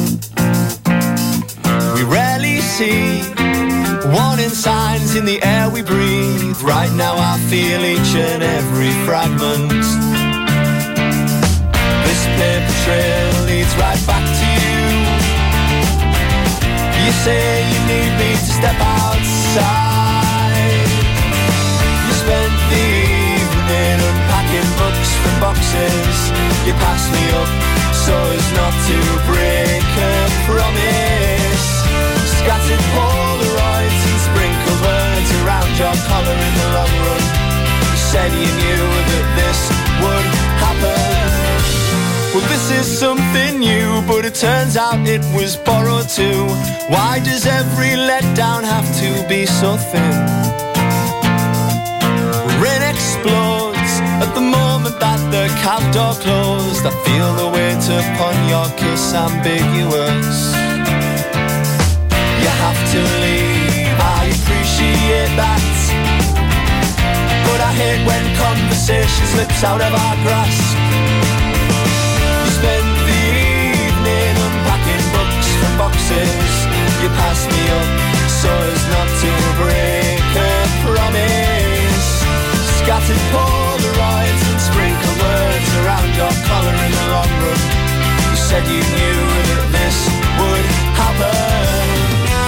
Speaker 9: We rarely see warning signs in the air we breathe. Right now I feel each and every fragment. This paper trail leads right back to you. You say you need me to step outside. You spent the evening unpacking books from boxes. You passed me up so as not to break a promise. Scattered Polaroids and sprinkled words around your collar in the long run. You said you knew that this would happen. Well, this is something new, but it turns out it was borrowed too. Why does every letdown have to be so thin? The moment that the cab door closed, I feel the weight upon your kiss ambiguous. You have to leave, I appreciate that, but I hate when conversation slips out of our grasp. You spend the evening unpacking books from boxes. You pass me up so as not to break a promise. Scattered Polaroids and sprinkle words around your collar in the long run. You said you knew that this would happen.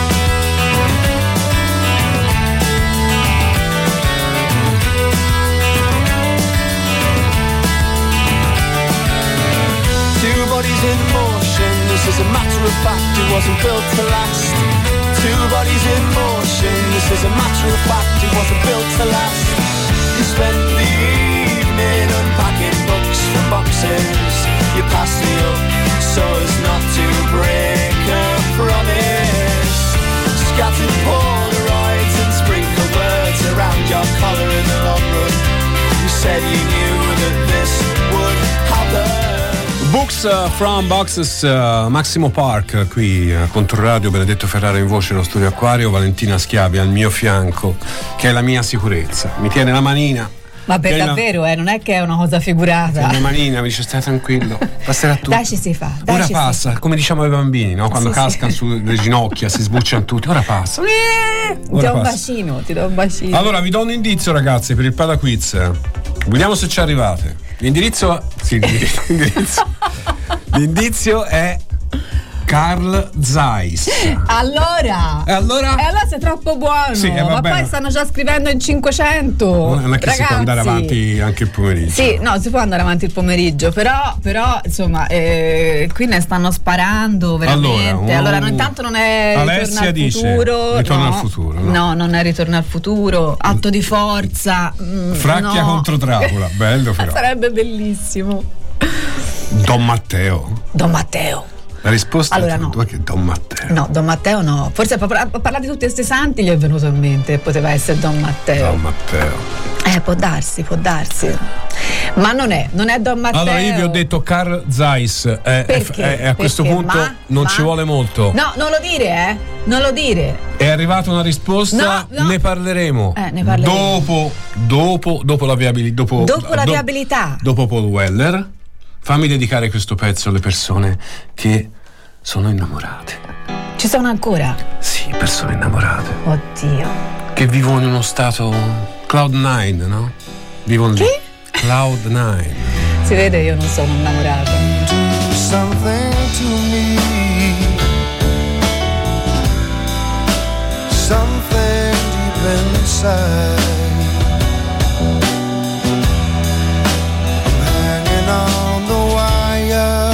Speaker 9: Two bodies in motion, this is a matter of fact, it wasn't built to last. Two bodies in motion, this is a matter of fact, it wasn't built to last. You spent the evening unpacking books from boxes. You passed me up so as not to break a promise. Scattered Polaroids and sprinkled words around your collar in the long run. You said you knew that this would happen.
Speaker 3: Books from Boxes, uh, Massimo Park qui a Controradio, Benedetto Ferrara in voce, lo studio Acquario, Valentina Schiavi al mio fianco, che è la mia sicurezza, mi tiene la manina.
Speaker 4: Ma per
Speaker 3: tiene
Speaker 4: davvero, la... eh, non è che è una cosa figurata.
Speaker 3: Tiene la manina, mi dice stai tranquillo, passerà tutto.
Speaker 4: Dai ci si fa. Dai
Speaker 3: ora
Speaker 4: ci
Speaker 3: passa,
Speaker 4: si.
Speaker 3: come diciamo ai bambini, no? Quando
Speaker 4: sì,
Speaker 3: cascano sì. sulle ginocchia, si sbucciano tutti, ora passa.
Speaker 4: Eh, ti do un bacino, ti do un bacino.
Speaker 3: Allora vi do un indizio ragazzi per il Pada Quiz. Vediamo se ci arrivate. L'indirizzo sì, l'indirizzo. L'indizio è Carl Zeiss.
Speaker 4: Allora
Speaker 3: E allora?
Speaker 4: E allora sei troppo buono.
Speaker 3: Sì, eh,
Speaker 4: ma poi stanno già scrivendo in cinquecento.
Speaker 3: Non è che
Speaker 4: Ragazzi,
Speaker 3: si può andare avanti anche il pomeriggio.
Speaker 4: Sì, no, si può andare avanti il pomeriggio, però, però insomma, eh, qui ne stanno sparando veramente.
Speaker 3: Allora, un...
Speaker 4: allora no, intanto non è
Speaker 3: Alessia
Speaker 4: Ritorno al
Speaker 3: dice,
Speaker 4: futuro.
Speaker 3: Ritorno
Speaker 4: no,
Speaker 3: al futuro. No.
Speaker 4: no, non è Ritorno al futuro. Atto di forza. Mm,
Speaker 3: Fracchia
Speaker 4: no.
Speaker 3: contro Dracula, bello però.
Speaker 4: Sarebbe bellissimo.
Speaker 3: Don Matteo.
Speaker 4: Don Matteo.
Speaker 3: La risposta
Speaker 4: allora,
Speaker 3: è
Speaker 4: no.
Speaker 3: tua che Don Matteo.
Speaker 4: No, Don Matteo no. Forse a parlare di tutti questi santi gli è venuto in mente, poteva essere Don Matteo.
Speaker 3: Don Matteo.
Speaker 4: Eh, può darsi, può darsi. Ma non è, non è Don Matteo.
Speaker 3: Allora io vi ho detto Carl Zeiss. Eh,
Speaker 4: Perché?
Speaker 3: Eh, a questo
Speaker 4: Perché?
Speaker 3: punto
Speaker 4: ma,
Speaker 3: non
Speaker 4: ma...
Speaker 3: ci vuole molto.
Speaker 4: No, non lo dire, eh. Non lo dire.
Speaker 3: È arrivata una risposta,
Speaker 4: no, no.
Speaker 3: ne parleremo.
Speaker 4: Eh, ne parleremo.
Speaker 3: Dopo, dopo, dopo la viabilità. Dopo,
Speaker 4: dopo la
Speaker 3: do,
Speaker 4: viabilità.
Speaker 3: Dopo Paul Weller. Fammi dedicare questo pezzo alle persone che sono innamorate.
Speaker 4: Ci sono ancora?
Speaker 3: Sì, persone innamorate.
Speaker 4: Oddio.
Speaker 3: Che vivono in uno stato Cloud nine, no? Vivono lì.
Speaker 4: Che?
Speaker 3: Cloud nine.
Speaker 4: Si vede, io non sono innamorata.
Speaker 8: Something to me, something deep inside. I'm hanging on the wire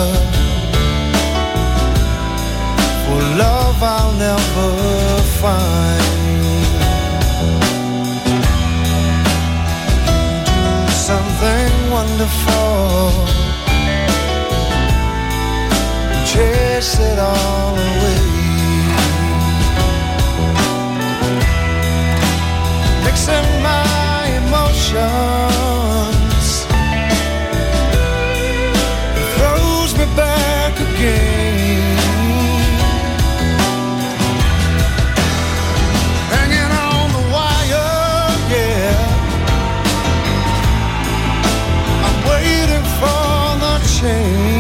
Speaker 8: for love I'll never find. Do something wonderful, chase it all away. Mixing my emotions, it throws me back again. Hanging on the wire, yeah. I'm waiting for the change.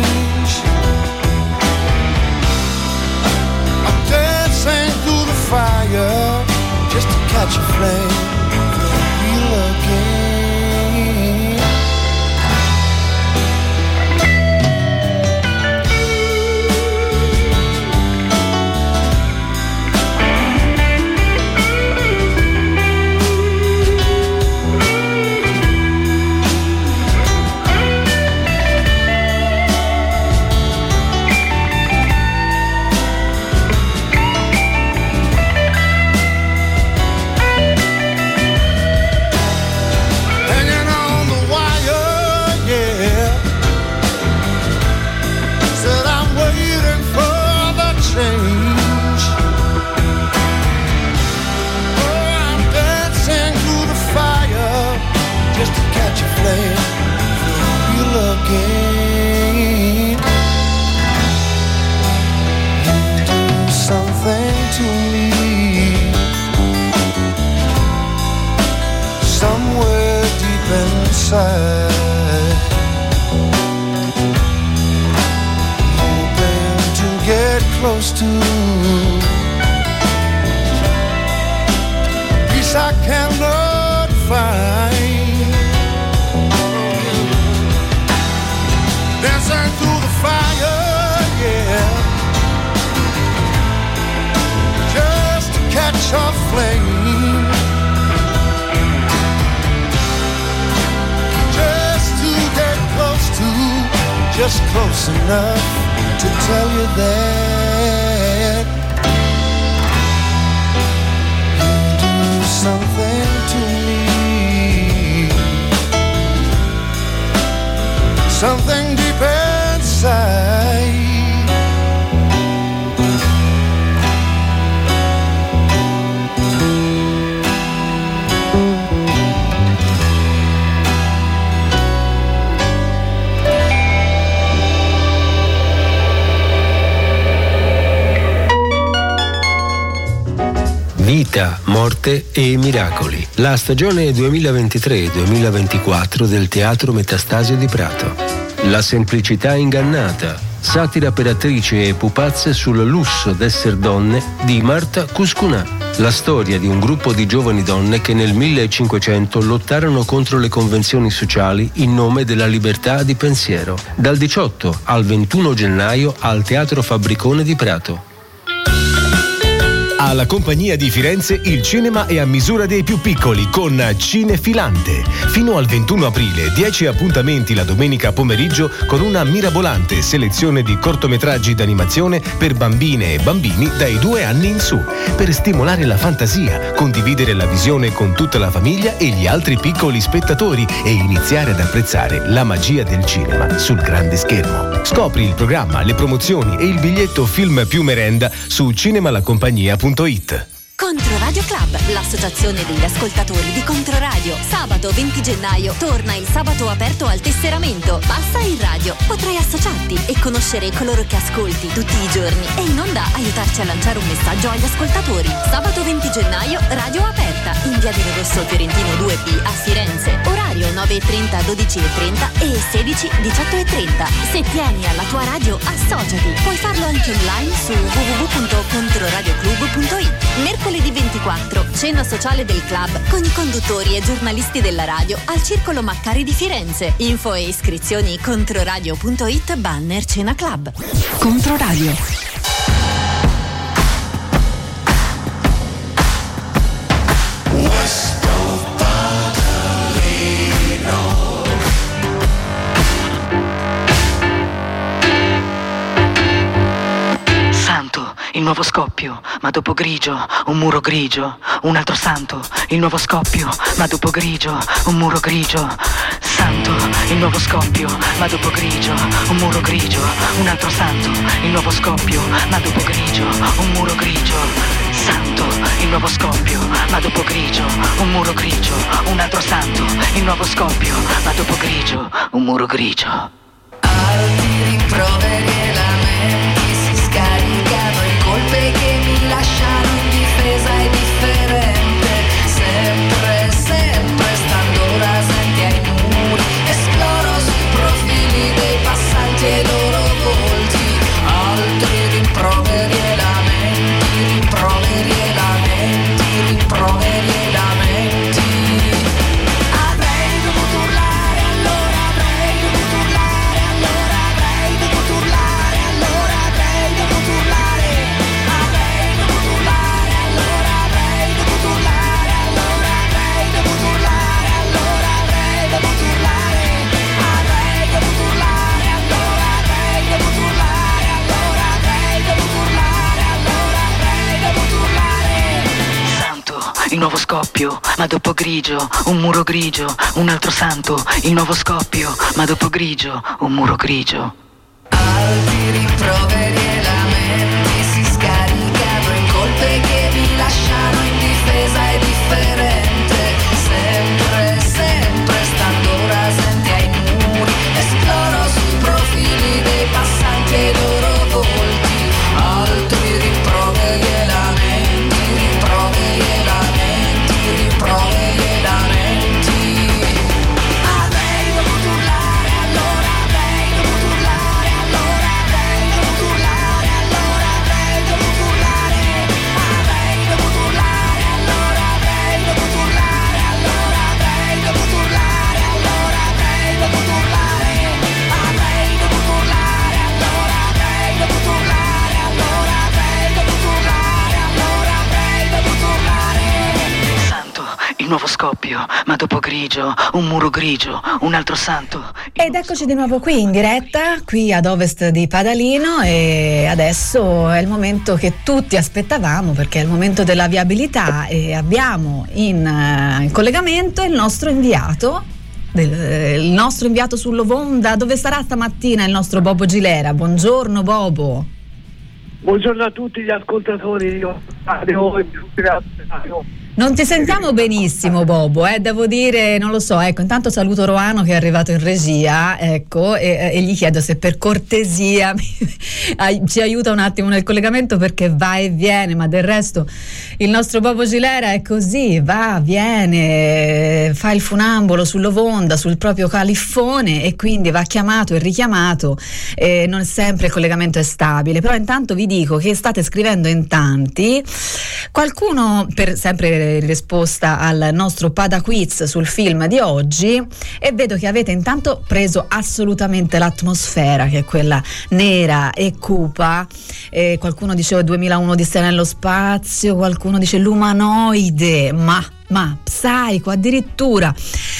Speaker 8: Fire just to catch a flame and feel again. inside, hoping to get close to peace I cannot find. Dancing through the fire, yeah, just to catch a flame, just to get close to, just close enough to tell you that you do something to me, something deep inside.
Speaker 1: Vita, morte e miracoli. La stagione duemilaventitré duemilaventiquattro del Teatro Metastasio di Prato. La semplicità ingannata. Satira per attrici e pupazze sul lusso d'esser donne di Marta Cuscunà. La storia di un gruppo di giovani donne che nel millecinquecento lottarono contro le convenzioni sociali in nome della libertà di pensiero. Dal diciotto al ventuno gennaio al Teatro Fabbricone di Prato.
Speaker 10: Alla Compagnia di Firenze il cinema è a misura dei più piccoli con Cinefilante. Fino al ventuno aprile, dieci appuntamenti la domenica pomeriggio con una mirabolante selezione di cortometraggi d'animazione per bambine e bambini dai due anni in su, per stimolare la fantasia, condividere la visione con tutta la famiglia e gli altri piccoli spettatori e iniziare ad apprezzare la magia del cinema sul grande schermo. Scopri il programma, le promozioni e il biglietto film più merenda su cinemalacompagnia punto it.
Speaker 11: Controradio Club, l'associazione degli ascoltatori di Controradio. Sabato venti gennaio torna il sabato aperto al tesseramento. Passa in radio, potrai associarti e conoscere coloro che ascolti tutti i giorni e in onda aiutarci a lanciare un messaggio agli ascoltatori. Sabato venti gennaio, radio aperta in via del Rosso Fiorentino due B a Firenze. Orario nove e trenta, dodici e trenta e sedici, diciotto e trenta. Se tieni alla tua radio, associati. Puoi farlo anche online su w w w punto controradioclub punto it. Mercoledì ventiquattro, cena sociale del club con i conduttori e giornalisti della radio al Circolo Maccari di Firenze. Info e iscrizioni controradio punto it banner cena club.
Speaker 7: Controradio.
Speaker 12: Il nuovo scoppio, ma dopo grigio, un muro grigio, un altro santo, il nuovo scoppio, ma dopo grigio, un muro grigio, santo, il nuovo scoppio, ma dopo grigio, un muro grigio, un altro santo, il nuovo scoppio, ma dopo grigio, un muro grigio, santo, il nuovo scoppio, ma dopo grigio, un muro grigio, un altro santo, il nuovo scoppio, ma dopo grigio, un muro grigio.
Speaker 13: Alti rimproveri e lamenti si scaricano i colpe che mi lasciano indifesa e differente, sempre, sempre stando rasenti ai muri, esploro sui profili dei passanti e i loro volti, altri rimproveri e lamenti, rimproveri e lamenti, rimproveri e lamenti. Avrei dovuto urlare, allora avrei dovuto urlare, allora avrei dovuto urlare, allora avrei dovuto urlare, avrei dovuto urlare, allora avrei dovuto urlare, allora avrei dovuto urlare, allora avrei dovuto urlare, avrei dovuto urlare, allora avrei dovuto urlare, allora avrei dovuto urlare, allora avrei dovuto urlare.
Speaker 12: Santo, il nuovo scoppio, ma dopo grigio, un muro grigio, un altro santo, il nuovo scoppio, ma dopo grigio, un muro grigio.
Speaker 13: Alti rimproveri e lamenti si scaricano in colpe che mi lasciano indifesa e differente, sempre, sempre stando rasenti ai muri, esploro sui profili dei passanti e i loro volti, altri rimproveri e lamenti, rimproveri e lamenti, rimproveri e lamenti.
Speaker 12: il nuovo scoppio, ma dopo grigio, un muro grigio, un altro santo.
Speaker 4: Ed eccoci di nuovo qui in diretta, qui ad ovest di Padalino, e adesso è il momento che tutti aspettavamo, perché è il momento della viabilità, e abbiamo in, uh, in collegamento il nostro inviato, del, eh, il nostro inviato sull'Ovonda. Dove sarà stamattina il nostro Bobo Gilera? Buongiorno Bobo.
Speaker 14: Buongiorno a tutti gli ascoltatori.
Speaker 4: Non ti sentiamo benissimo Bobo, eh, devo dire, non lo so, ecco, intanto saluto Roano che è arrivato in regia, ecco, e, e gli chiedo se per cortesia ci aiuta un attimo nel collegamento, perché va e viene, ma del resto il nostro Bobo Gilera è così, va, viene, fa il funambolo sull'Ovonda, sul proprio califfone, e quindi va chiamato e richiamato, e non sempre il collegamento è stabile. Però intanto vi dico che state scrivendo in tanti, qualcuno per sempre in risposta al nostro Pada Quiz sul film di oggi, e vedo che avete intanto preso assolutamente l'atmosfera, che è quella nera e cupa, e qualcuno diceva duemilauno Odissea nello spazio, qualcuno dice l'umanoide, ma ma psico addirittura,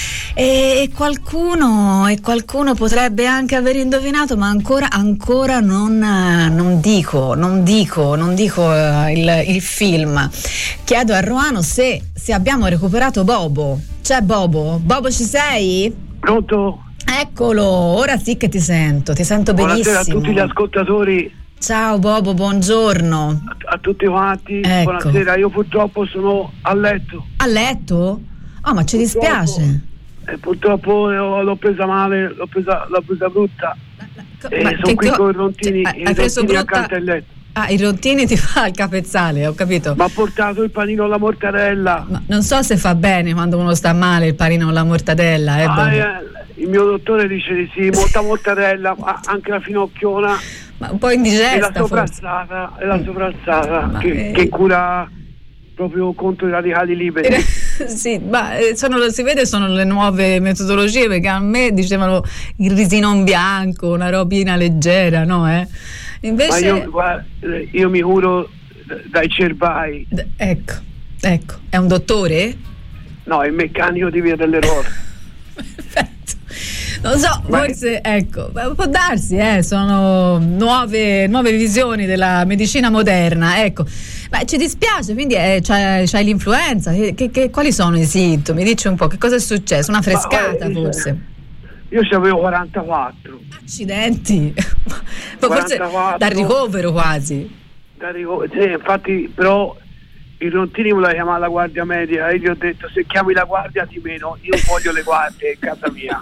Speaker 4: e qualcuno e qualcuno potrebbe anche aver indovinato, ma ancora ancora non, non dico non dico non dico uh, il, il film. Chiedo a Roano se, se abbiamo recuperato Bobo. C'è Bobo? Bobo, ci sei?
Speaker 14: Pronto?
Speaker 4: Eccolo, ora sì che ti sento, ti sento benissimo.
Speaker 14: Buonasera a tutti gli ascoltatori.
Speaker 4: Ciao Bobo, buongiorno.
Speaker 14: A, a tutti quanti,
Speaker 4: ecco.
Speaker 14: Buonasera, io purtroppo sono a letto.
Speaker 4: A letto? Oh, ma ci purtroppo, dispiace.
Speaker 14: Eh, purtroppo io l'ho presa male, l'ho presa, l'ho presa brutta.
Speaker 4: Ma,
Speaker 14: e
Speaker 4: ma
Speaker 14: sono qui
Speaker 4: co-
Speaker 14: con i rontini,
Speaker 4: cioè,
Speaker 14: i
Speaker 4: hai preso
Speaker 14: rontini
Speaker 4: brutta...
Speaker 14: accanto al letto.
Speaker 4: Ah, i rontini ti fa il capezzale, ho capito.
Speaker 14: Ma ha portato il panino alla mortadella.
Speaker 4: Ma non so se fa bene quando uno sta male il panino alla mortadella, eh,
Speaker 14: ah, eh, il mio dottore dice di sì, molta mortadella, anche la finocchiona.
Speaker 4: Ma un po' indigesta,
Speaker 14: e la soprazzata, e la soprazzata che,
Speaker 4: eh...
Speaker 14: che cura proprio contro i radicali liberi.
Speaker 4: Sì, ma sono, si vede, sono le nuove metodologie, perché a me dicevano il risino in bianco, una robina leggera, no? Eh? Invece...
Speaker 14: Ma io, guarda, io mi curo dai cerbai.
Speaker 4: D- ecco, ecco, è un dottore?
Speaker 14: No, è il meccanico di Via dell'Errore.
Speaker 4: Perfetto. Non so,
Speaker 14: Ma
Speaker 4: forse è... ecco, può darsi, eh, sono nuove, nuove visioni della medicina moderna, ecco. Ma ci dispiace, quindi eh, c'hai, c'hai l'influenza, che, che, che, quali sono i sintomi? Dici un po', che cosa è successo? Una frescata,
Speaker 14: Ma,
Speaker 4: forse?
Speaker 14: Io c'avevo quarantaquattro.
Speaker 4: Accidenti! Forse dal ricovero quasi.
Speaker 14: Da ricovero, sì, infatti, però il Rontini voleva chiamare la guardia medica e gli ho detto: se chiami la guardia ti meno, io voglio le guardie in casa mia.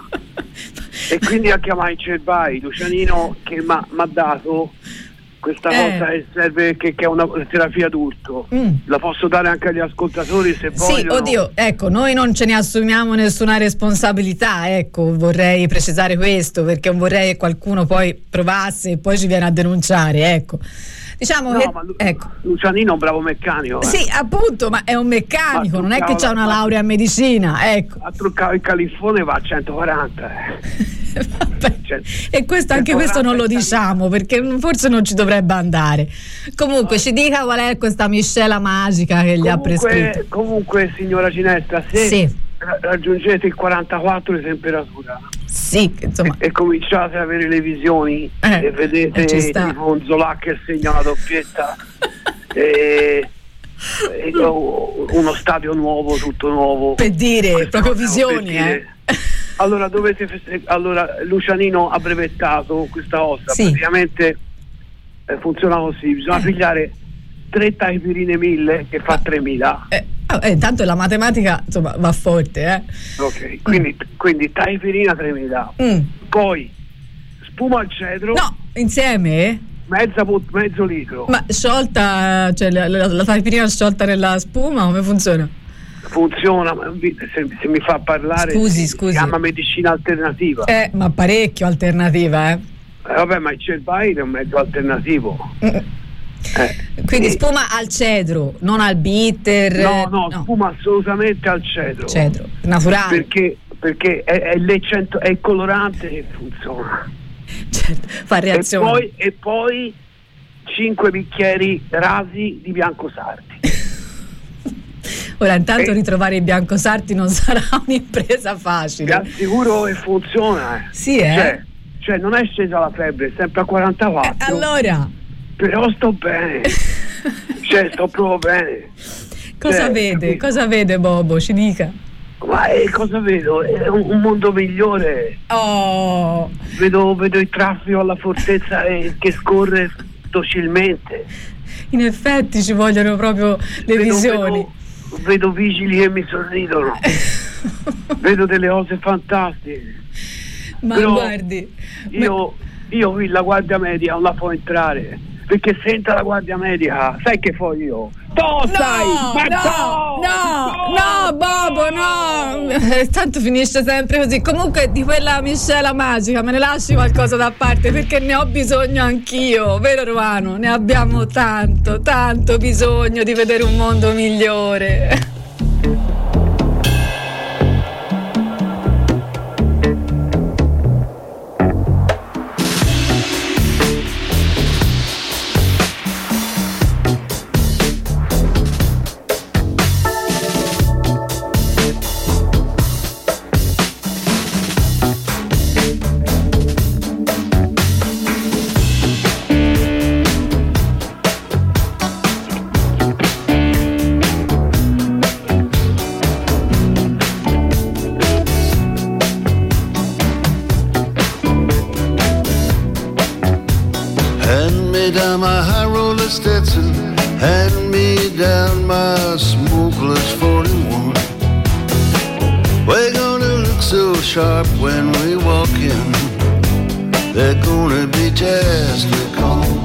Speaker 14: E quindi a chiamare il Cerbai, Lucianino, che mi ha dato questa
Speaker 4: eh.
Speaker 14: cosa che serve, che, che è una terapia d'urto. Mm. La posso dare anche agli ascoltatori se
Speaker 4: sì, vogliono. Sì, oddio, ecco, noi non ce ne assumiamo nessuna responsabilità, ecco, vorrei precisare questo, perché non vorrei che qualcuno poi provasse e poi ci viene a denunciare, ecco. Diciamo
Speaker 14: no,
Speaker 4: che
Speaker 14: ma Lu-
Speaker 4: ecco.
Speaker 14: Lucianino è un bravo meccanico. Eh.
Speaker 4: Sì, appunto, ma è un meccanico, non è che c'ha una
Speaker 14: ma...
Speaker 4: laurea in medicina, ecco.
Speaker 14: A truccare il califfone va a centoquaranta. Eh.
Speaker 4: Cioè, e questo anche questo non lo diciamo, perché forse non ci dovrebbe andare. Comunque, no. Ci dica qual è questa miscela magica che
Speaker 14: comunque,
Speaker 4: gli ha prescritto.
Speaker 14: Comunque, signora Ginetta, se
Speaker 4: sì.
Speaker 14: raggiungete il quarantaquattro di temperatura,
Speaker 4: sì, insomma,
Speaker 14: e, e cominciate ad avere le visioni
Speaker 4: eh,
Speaker 14: e vedete tipo un Zola che segna la doppietta e, e uno stadio nuovo, tutto nuovo,
Speaker 4: per dire proprio visioni, per dire, eh.
Speaker 14: Allora dovete feste- allora Lucianino ha brevettato questa cosa, sì. Praticamente eh, funziona così: bisogna eh. pigliare tre taipirine mille che fa tremila.
Speaker 4: Eh. Eh, intanto la matematica insomma va forte, eh.
Speaker 14: Ok, quindi, mm. quindi taipirina tremila,
Speaker 4: mm.
Speaker 14: poi spuma al cedro.
Speaker 4: No, insieme?
Speaker 14: Mezza, mezzo litro.
Speaker 4: Ma sciolta, cioè la, la, la taipirina sciolta nella spuma, come funziona?
Speaker 14: Funziona, se, se mi fa parlare.
Speaker 4: Scusi,
Speaker 14: si,
Speaker 4: scusi.
Speaker 14: Si chiama medicina alternativa.
Speaker 4: Eh, ma parecchio alternativa, eh.
Speaker 14: eh vabbè, ma il Cerbai è un mezzo alternativo. Mm.
Speaker 4: Eh, quindi spuma al cedro, non al bitter.
Speaker 14: No, no, no, spuma assolutamente al cedro.
Speaker 4: Cedro, naturale.
Speaker 14: Perché, perché è, è, è il colorante che funziona.
Speaker 4: Certo, fa reazione.
Speaker 14: E poi, e poi cinque bicchieri rasi di bianco sardi.
Speaker 4: Ora intanto
Speaker 14: Eh.
Speaker 4: ritrovare i biancosarti non sarà un'impresa
Speaker 14: Vi
Speaker 4: facile.
Speaker 14: assicuro che funziona. eh.
Speaker 4: Sì, eh?
Speaker 14: Cioè, cioè, non è scesa la febbre, è sempre a quarantaquattro.
Speaker 4: Allora,
Speaker 14: Però sto bene. Cioè, sto proprio bene.
Speaker 4: cosa
Speaker 14: Cioè,
Speaker 4: vede?
Speaker 14: capito?
Speaker 4: Cosa vede Bobo? Ci dica.
Speaker 14: Ma eh, cosa vedo? È un, un mondo migliore.
Speaker 4: Oh,
Speaker 14: Vedo, vedo il traffico alla fortezza eh, che scorre docilmente.
Speaker 4: in effetti ci vogliono proprio le
Speaker 14: Vedo-
Speaker 4: visioni.
Speaker 14: Vedo, vedo vigili che mi sorridono. Vedo delle cose fantastiche.
Speaker 4: Ma
Speaker 14: Però
Speaker 4: guardi,
Speaker 14: Io, io qui la guardia media non la può entrare. Perché se entra la guardia media, sai che fo io? Tu sai! Ma
Speaker 4: no, no, no, Bobo, no. Eh, Tanto finisce sempre così. Comunque di quella miscela magica me ne lasci qualcosa da parte perché ne ho bisogno anch'io, vero Romano? Ne abbiamo tanto, tanto bisogno di vedere un mondo migliore.
Speaker 15: Hand me down my high roller Stetson, hand me down my smokeless forty-one. We're gonna look so sharp when we walk in, they're gonna be just recalled.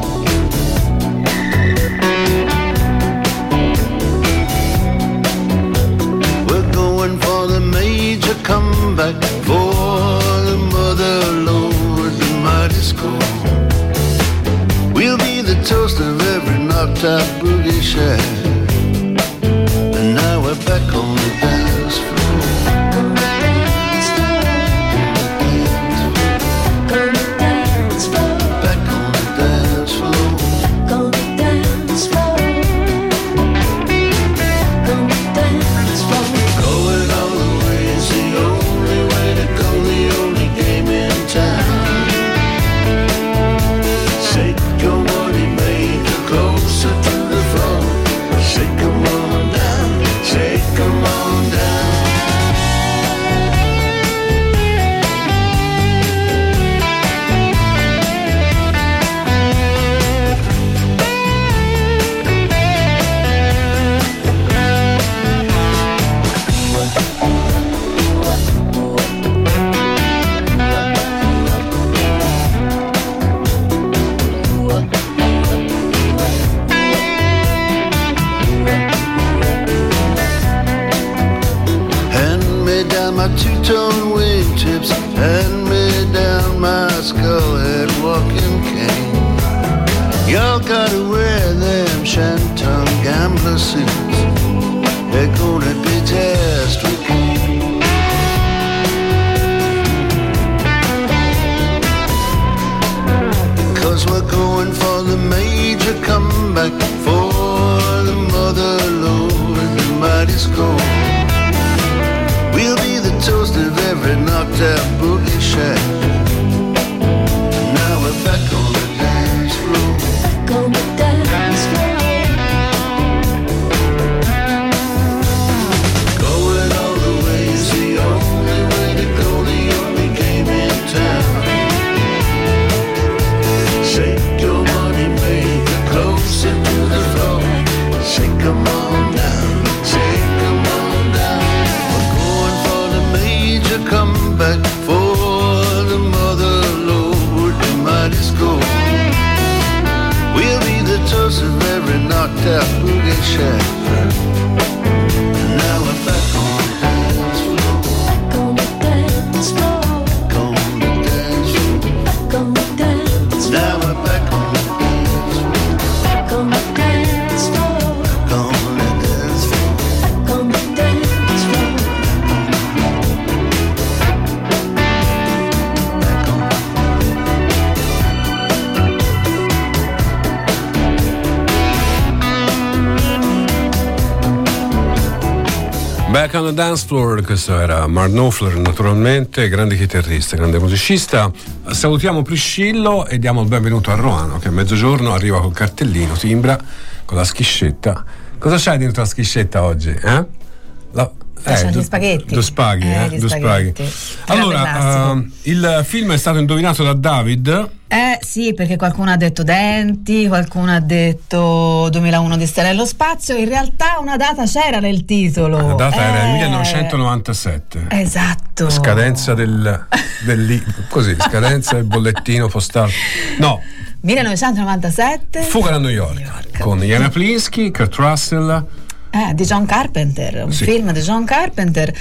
Speaker 15: We're going for the major comeback, for the mother lord, the mighty score. We'll be the toast of every knocked out boogie shack. And now we're back on the dance floor. Back on the dance floor. Going all the way is the only way to go, the only game in town. Shake your money maker closer to the floor. Shake 'em on down, shake 'em on down. Hand me down my two-tone wingtips, hand me down my skull-head walking cane. Y'all gotta wear them shantung gambler suits, they're gonna be just okay. Cause we're going for the major comeback, for the mother lord, the mighty score. We'll be the toast of every knocked out boogie shack. And now we're back on the dance floor. Back on the dance floor. Going all the way is the only way to go, the only game in town. Shake your money maker closer to the floor. Shake 'em on down, shake 'em on down. We're going for the major comeback, for the
Speaker 3: Back on the Dance Floor, questo era Mark Knopfler, naturalmente, grande chitarrista, grande musicista. Salutiamo Priscillo e diamo il benvenuto a Roano, che a mezzogiorno arriva col cartellino, timbra, con la schiscetta. Cosa c'hai dentro la schiscetta oggi? Eh? La...
Speaker 4: Eh,
Speaker 3: Eh,
Speaker 4: gli
Speaker 3: due,
Speaker 4: spaghetti.
Speaker 3: due spaghi,
Speaker 4: Eh,
Speaker 3: eh,
Speaker 4: gli
Speaker 3: due
Speaker 4: spaghetti.
Speaker 3: spaghi. Allora,
Speaker 4: classico.
Speaker 3: uh, il film è stato indovinato da David.
Speaker 4: Eh sì, perché qualcuno ha detto denti, qualcuno ha detto duemilauno di Stella nello spazio. In realtà una data c'era nel titolo.
Speaker 3: La data
Speaker 4: eh,
Speaker 3: era il millenovecentonovantasette.
Speaker 4: Esatto.
Speaker 3: Scadenza del, del così, scadenza del bollettino postale. No,
Speaker 4: millenovecentonovantasette.
Speaker 3: Fuga da New York, New York. Con Jana Plinsky, Kurt Russell.
Speaker 4: Eh, di John Carpenter, un
Speaker 3: Sì.
Speaker 4: film di John Carpenter.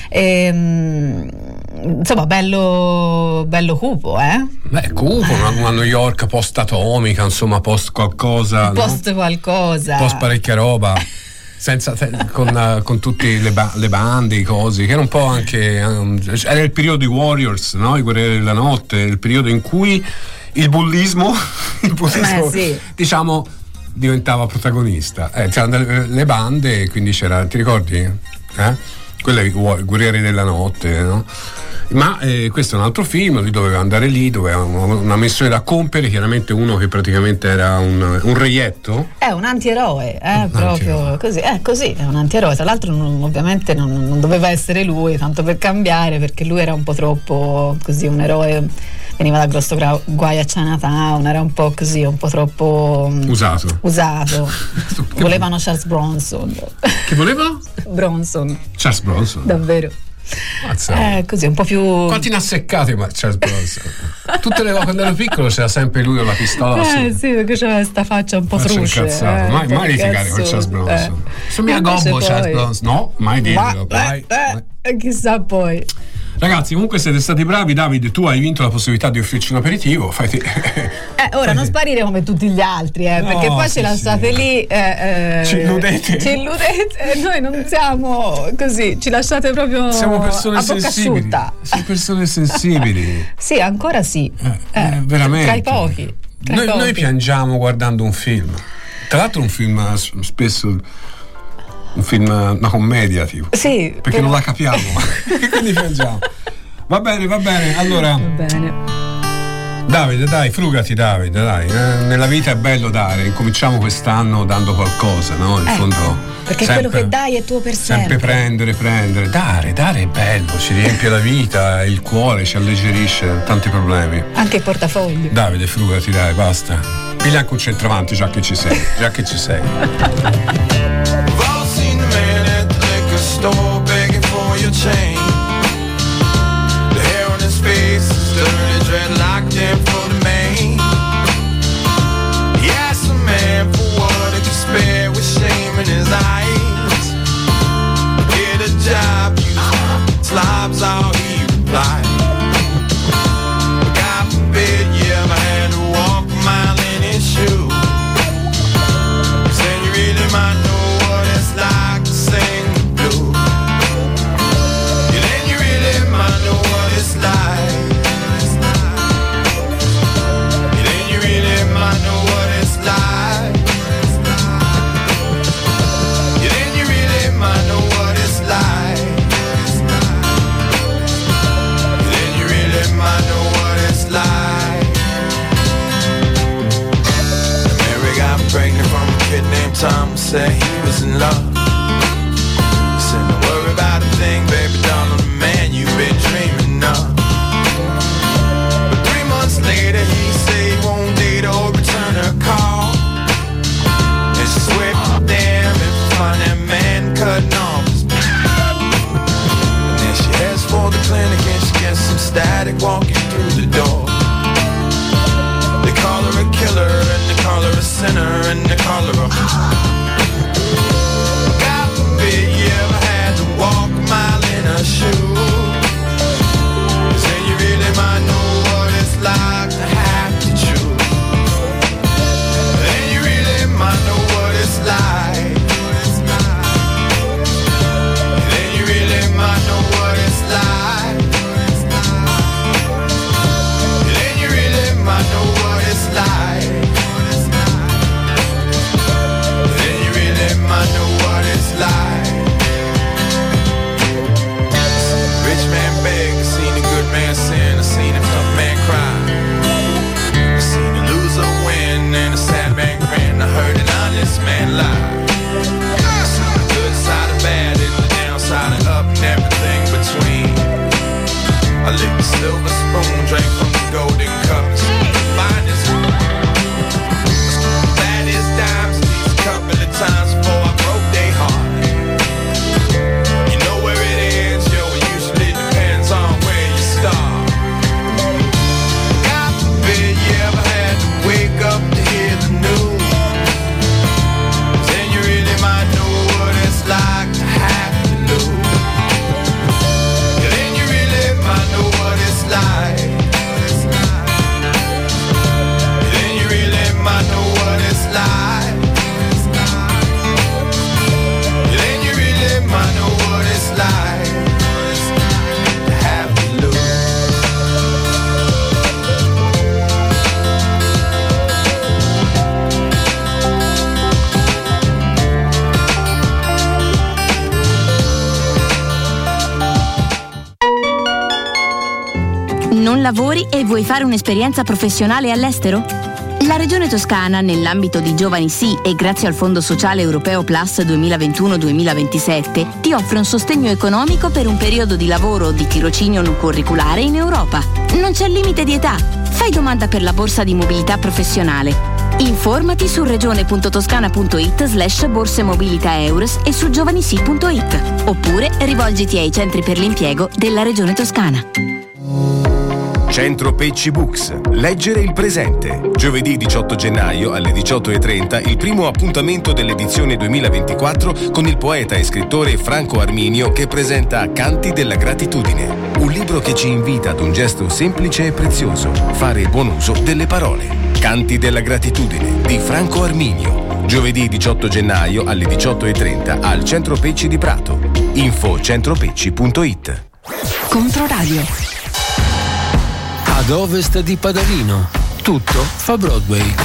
Speaker 4: Ehm, insomma, bello, bello cupo, eh?
Speaker 3: Beh, cupo, una, una New York post-atomica, insomma, post qualcosa.
Speaker 4: Post
Speaker 3: no?
Speaker 4: qualcosa.
Speaker 3: Post parecchia roba. Senza, con, uh, con tutte le, ba- le bande, i cosi, che era un po' anche. Um, era il periodo di Warriors, no? I Guerrieri della Notte, il periodo in cui il bullismo, il bullismo
Speaker 4: Eh, sì.
Speaker 3: diciamo, diventava protagonista. Eh, c'erano le, le bande, quindi c'era, ti ricordi? Eh? Quelle i Guerrieri della Notte, no? Ma eh, questo è un altro film, lui doveva andare lì, doveva una, una missione da compiere, chiaramente uno che praticamente era un, un reietto.
Speaker 4: È un antieroe, eh, proprio così, è così, è un antieroe. Tra l'altro non- ovviamente non, non doveva essere lui, tanto per cambiare, perché lui era un po' troppo così, un eroe, veniva da grosso gra- guai a Chinatown, era un po' così, un po' troppo mm,
Speaker 3: Usato.
Speaker 4: usato. Volevano Charles Bronson.
Speaker 3: Che volevano?
Speaker 4: Bronson,
Speaker 3: Charles Bronson.
Speaker 4: davvero.
Speaker 3: Mazza.
Speaker 4: Eh, così, un po' più.
Speaker 3: Quanti ne ha seccati ma Charles Bronson? Tutte le volte quando ero piccolo c'era sempre lui con la pistola.
Speaker 4: Eh
Speaker 3: su.
Speaker 4: sì, perché c'aveva sta faccia un po'
Speaker 3: Faccio
Speaker 4: truce.
Speaker 3: incazzato.
Speaker 4: eh,
Speaker 3: mai
Speaker 4: un po'
Speaker 3: mai litigare con
Speaker 4: cazzuto,
Speaker 3: Charles Bronson.
Speaker 4: eh.
Speaker 3: Sono mia
Speaker 4: Invece
Speaker 3: gobbo
Speaker 4: poi-
Speaker 3: Charles Bronson. No, mai dirlo.
Speaker 4: Ma,
Speaker 3: mai.
Speaker 4: eh, eh, chissà poi.
Speaker 3: Ragazzi, comunque siete stati bravi. David, tu hai vinto la possibilità di offrirci un aperitivo. Fai te.
Speaker 4: Eh, ora non sparire come tutti gli altri, eh,
Speaker 3: No,
Speaker 4: perché poi
Speaker 3: sì,
Speaker 4: ci lasciate
Speaker 3: sì.
Speaker 4: lì. eh, eh,
Speaker 3: Ci illudete.
Speaker 4: Ci illudete e noi non siamo così, ci lasciate proprio
Speaker 3: Siamo persone
Speaker 4: a bocca
Speaker 3: sensibili.
Speaker 4: asciutta.
Speaker 3: Siamo persone sensibili.
Speaker 4: Sì, ancora sì.
Speaker 3: Eh,
Speaker 4: Eh,
Speaker 3: veramente.
Speaker 4: Tra i pochi. Tra i
Speaker 3: Noi,
Speaker 4: pochi.
Speaker 3: noi piangiamo guardando un film. Tra l'altro un film eh, s- spesso un film, eh, una commedia tipo.
Speaker 4: Sì,
Speaker 3: Perché
Speaker 4: però-
Speaker 3: non la capiamo. E quindi piangiamo. Va bene, va bene. Allora,
Speaker 4: Va bene.
Speaker 3: Davide, dai, frugati Davide, dai. Eh, nella vita è bello dare. Incominciamo quest'anno dando qualcosa, no? In
Speaker 4: Ecco,
Speaker 3: fondo.
Speaker 4: Perché
Speaker 3: sempre-
Speaker 4: quello che dai è tuo per
Speaker 3: Sempre
Speaker 4: sempre.
Speaker 3: prendere, prendere, dare, dare è bello, ci riempie la vita, il cuore, ci alleggerisce da tanti problemi.
Speaker 4: Anche il portafoglio.
Speaker 3: Davide, frugati, dai, basta. Piglia anche un centravanti già che ci sei, già che ci sei.
Speaker 9: We've all seen the man at the liquor store begging for your change. The hair on his face is dirty, dreadlocked in for the main. He asked the man for what he could spare with shame in his eyes. Get a job, you slobs, all he replied. God forbid you ever had to walk a mile in his shoes. Then you really might know what it's like to sing the blues. Yeah, then you really might know what it's like.
Speaker 16: Non lavori e vuoi fare un'esperienza professionale all'estero? La Regione Toscana, nell'ambito di Giovani Sì e grazie al Fondo Sociale Europeo Plus duemilaventuno duemilaventisette, ti offre un sostegno economico per un periodo di lavoro o di tirocinio non curriculare in Europa. Non c'è limite di età. Fai domanda per la borsa di mobilità professionale. Informati su regione.toscana.it slash borse mobilità eures e su giovanisi punto it oppure rivolgiti ai centri per l'impiego della Regione Toscana.
Speaker 10: Centro Pecci Books. Leggere il presente. Giovedì diciotto gennaio alle diciotto e trenta il primo appuntamento dell'edizione duemilaventiquattro con il poeta e scrittore Franco Arminio che presenta Canti della gratitudine. Un libro che ci invita ad un gesto semplice e prezioso, fare buon uso delle parole. Canti della gratitudine di Franco Arminio. Giovedì diciotto gennaio alle diciotto e trenta al Centro Pecci di Prato. Info centropecci punto it.
Speaker 7: Controradio.
Speaker 1: Ad ovest di Padalino, tutto fa Broadway.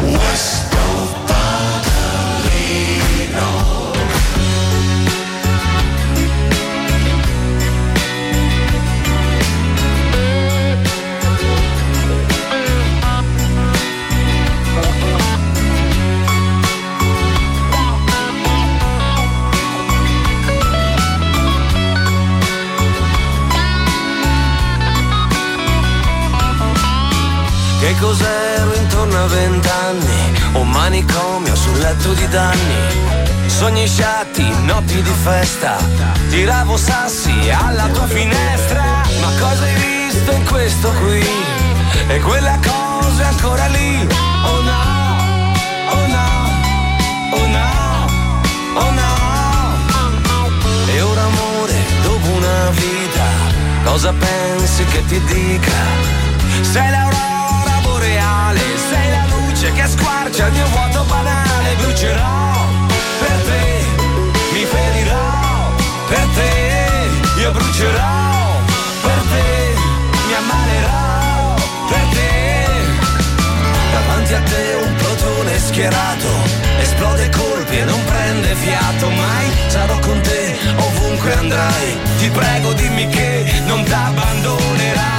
Speaker 6: Che cos'ero intorno a vent'anni? Un manicomio sul letto di danni. Sogni sciatti, notti di festa. Tiravo sassi alla tua finestra. Ma cosa hai visto in questo qui? E quella cosa è ancora lì. Oh no, oh no, oh no, oh no. E ora amore, dopo una vita, cosa pensi che ti dica? Sei l'aurora boreale, sei la luce che squarcia il mio vuoto banale. Brucerò per te, mi ferirò per te, io brucerò per te, mi ammalerò per te. Davanti a te un plotone schierato, esplode colpi e non prende fiato. Mai sarò con te ovunque andrai, ti prego dimmi che non t'abbandonerai.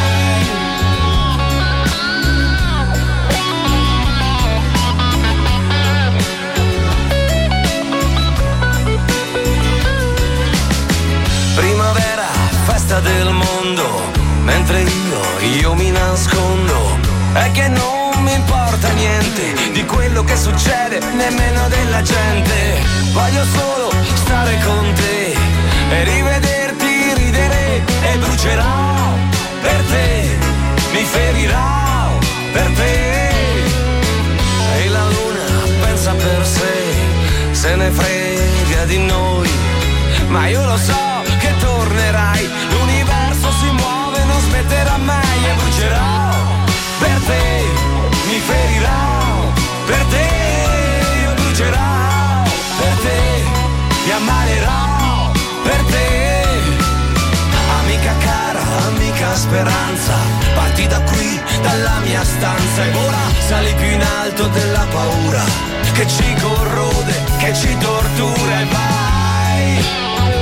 Speaker 6: Primavera, festa del mondo, mentre io, io mi nascondo. È che non mi importa niente di quello che succede, nemmeno della gente. Voglio solo stare con te e rivederti ridere. E brucerò per te, mi ferirò per te. E la luna pensa per sé, se ne frega di noi. Ma io lo so che tornerai, l'universo si muove, non smetterà mai. E brucerò per te, mi ferirò per te, io brucerò per te, mi ammalerò per te. Amica cara, amica speranza, parti da qui, dalla mia stanza. E ora sali più in alto della paura che ci corrode, che ci tortura. E vai.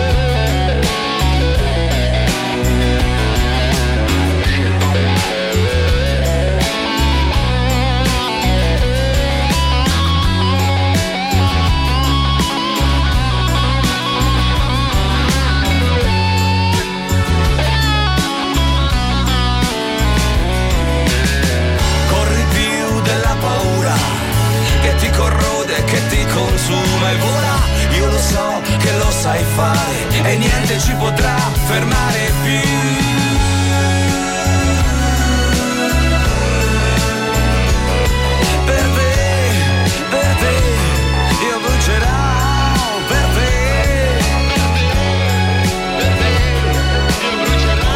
Speaker 6: Corrode, che ti consuma e vola. Io lo so che lo sai fare e niente ci potrà fermare più. Per te, per te, io brucerò per te. Per te, io brucerò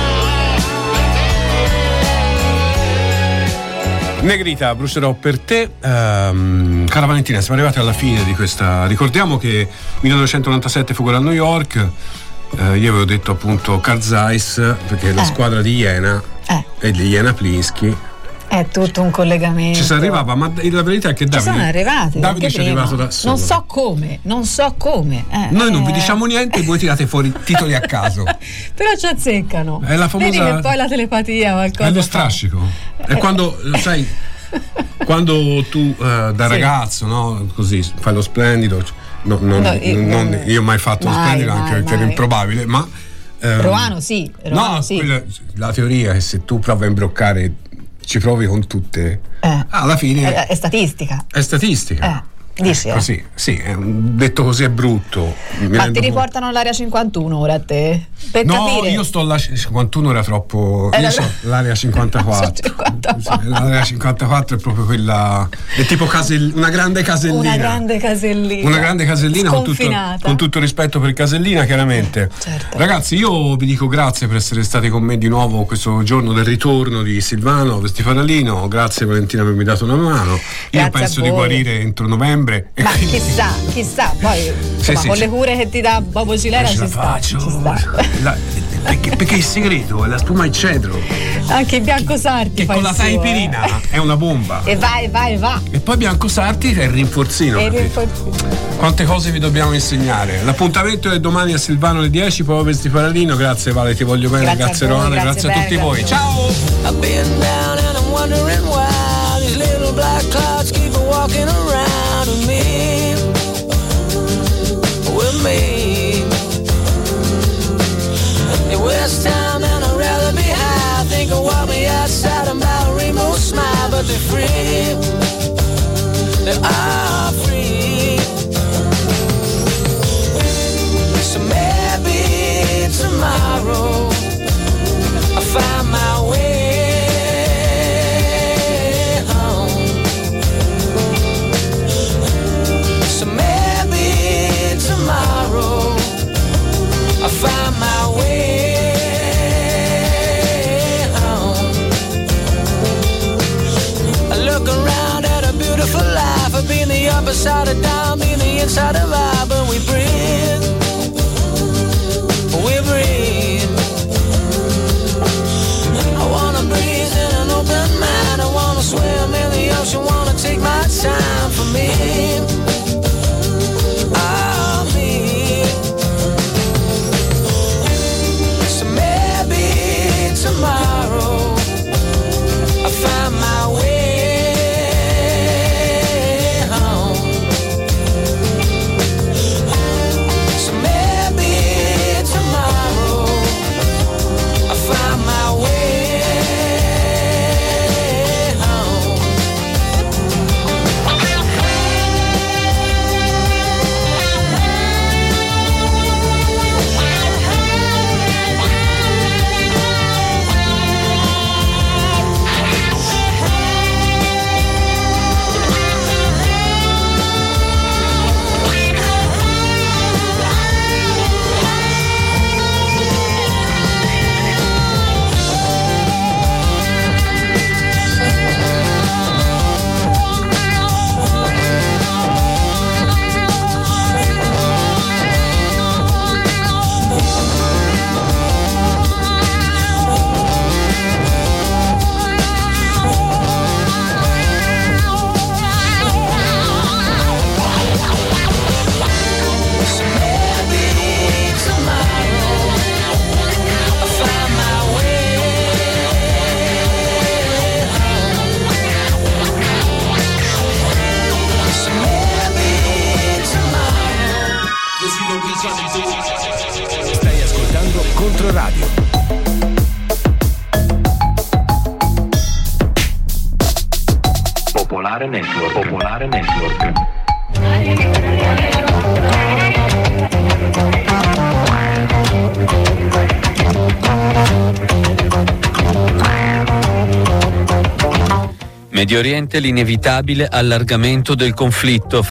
Speaker 3: per te. Negrita, brucerò per te. Um, cara Valentina, siamo arrivati alla fine di questa. Ricordiamo che millenovecentonovantasette fu quella a New York. Uh, io avevo detto appunto Carl Zeiss, perché la
Speaker 4: eh.
Speaker 3: squadra di Jena
Speaker 4: eh.
Speaker 3: e di Jena Plinsky
Speaker 4: È tutto un collegamento.
Speaker 3: Ci si arrivava, ma la verità è che Davide,
Speaker 4: ci sono arrivati.
Speaker 3: Davide ci è arrivato da solo.
Speaker 4: Non so come, non so come. Eh,
Speaker 3: Noi non
Speaker 4: eh.
Speaker 3: vi diciamo niente e voi tirate fuori titoli a caso.
Speaker 4: Però ci azzeccano.
Speaker 3: È la famosa.
Speaker 4: Vedi che poi la telepatia qualcosa.
Speaker 3: È lo strascico. È quando, sai, quando tu eh, da
Speaker 4: Sì.
Speaker 3: ragazzo, no? Così fai lo splendido. No, non,
Speaker 4: No, io-
Speaker 3: non- io ho mai fatto lo
Speaker 4: Mai,
Speaker 3: splendido,
Speaker 4: mai,
Speaker 3: anche perché era
Speaker 4: mai.
Speaker 3: improbabile, ma. ehm,
Speaker 4: Roano sì. Roano
Speaker 3: no,
Speaker 4: sì.
Speaker 3: quella- la teoria è che se tu provi a imbroccare, ci provi con tutte,
Speaker 4: Eh.
Speaker 3: alla fine
Speaker 4: È, è statistica.
Speaker 3: è statistica.
Speaker 4: Eh, dici, eh.
Speaker 3: Così, sì, è un- detto così è brutto. Mi
Speaker 4: Ma
Speaker 3: rendo
Speaker 4: ti
Speaker 3: conto.
Speaker 4: riportano all'area cinquantuno ora a te? Per
Speaker 3: No,
Speaker 4: capire.
Speaker 3: io sto alla cinquantuno, era troppo.
Speaker 4: Era-
Speaker 3: Io so l'area cinquantaquattro. Sì, l'area cinquantaquattro è proprio quella. È tipo casell- una grande casellina.
Speaker 4: Una grande casellina.
Speaker 3: Una grande casellina con tutto,
Speaker 4: Sconfinata.
Speaker 3: con tutto il rispetto per Casellina, chiaramente.
Speaker 4: Certo.
Speaker 3: Ragazzi, io vi dico grazie per essere stati con me di nuovo questo giorno del ritorno di Silvano Vestifaralino. Grazie Valentina per avermi dato una mano. Io
Speaker 4: Grazie
Speaker 3: penso
Speaker 4: a
Speaker 3: di
Speaker 4: voi.
Speaker 3: guarire entro novembre. E
Speaker 4: Ma
Speaker 3: quindi-
Speaker 4: chissà, chissà, poi insomma,
Speaker 3: sì,
Speaker 4: con
Speaker 3: sì.
Speaker 4: le cure che ti dà Bobo Cilera
Speaker 3: ce
Speaker 4: ci
Speaker 3: la
Speaker 4: sta,
Speaker 3: faccio.
Speaker 4: ci sta.
Speaker 3: La- perché, perché il segreto è la spuma e cedro.
Speaker 4: Anche il Bianco Sarti
Speaker 3: Che
Speaker 4: fa
Speaker 3: con
Speaker 4: il
Speaker 3: la
Speaker 4: suo,
Speaker 3: taipirina
Speaker 4: eh.
Speaker 3: è una bomba.
Speaker 4: E vai, vai, va.
Speaker 3: E poi Bianco Sarti è il rinforzino.
Speaker 4: E
Speaker 3: capito?
Speaker 4: rinforzino.
Speaker 3: Quante cose vi dobbiamo insegnare. L'appuntamento è domani a Silvano alle dieci, poi Vesti Paradino. Grazie Vale, ti voglio bene,
Speaker 4: Grazie
Speaker 3: grazie,
Speaker 4: a voi,
Speaker 3: Roana,
Speaker 4: grazie
Speaker 3: grazie a
Speaker 4: bene,
Speaker 3: tutti voi.
Speaker 4: grazie.
Speaker 3: Ciao!
Speaker 9: I've been down and I'm wondering why these little black clouds keep walking around with me, with me. It was time and I'd rather be high. Think of what me outside and about a rainbow smile, but they're free. They are free. So maybe tomorrow I'll find my way home. So maybe tomorrow I'll find my way home. I look around at a beautiful life of being the upper side of down, being the inside of I, but we breathe. We breathe. I wanna breathe in an open mind. I wanna swim in the ocean. Wanna take my time for me. Oh, me. So maybe tomorrow I'll find my way home. So maybe tomorrow I'll find my way home. So maybe tomorrow I'll find my way home. So maybe tomorrow.
Speaker 10: Stai ascoltando Controradio.
Speaker 17: Popolare Network. Popolare Network.
Speaker 18: Medio Oriente, l'inevitabile allargamento del conflitto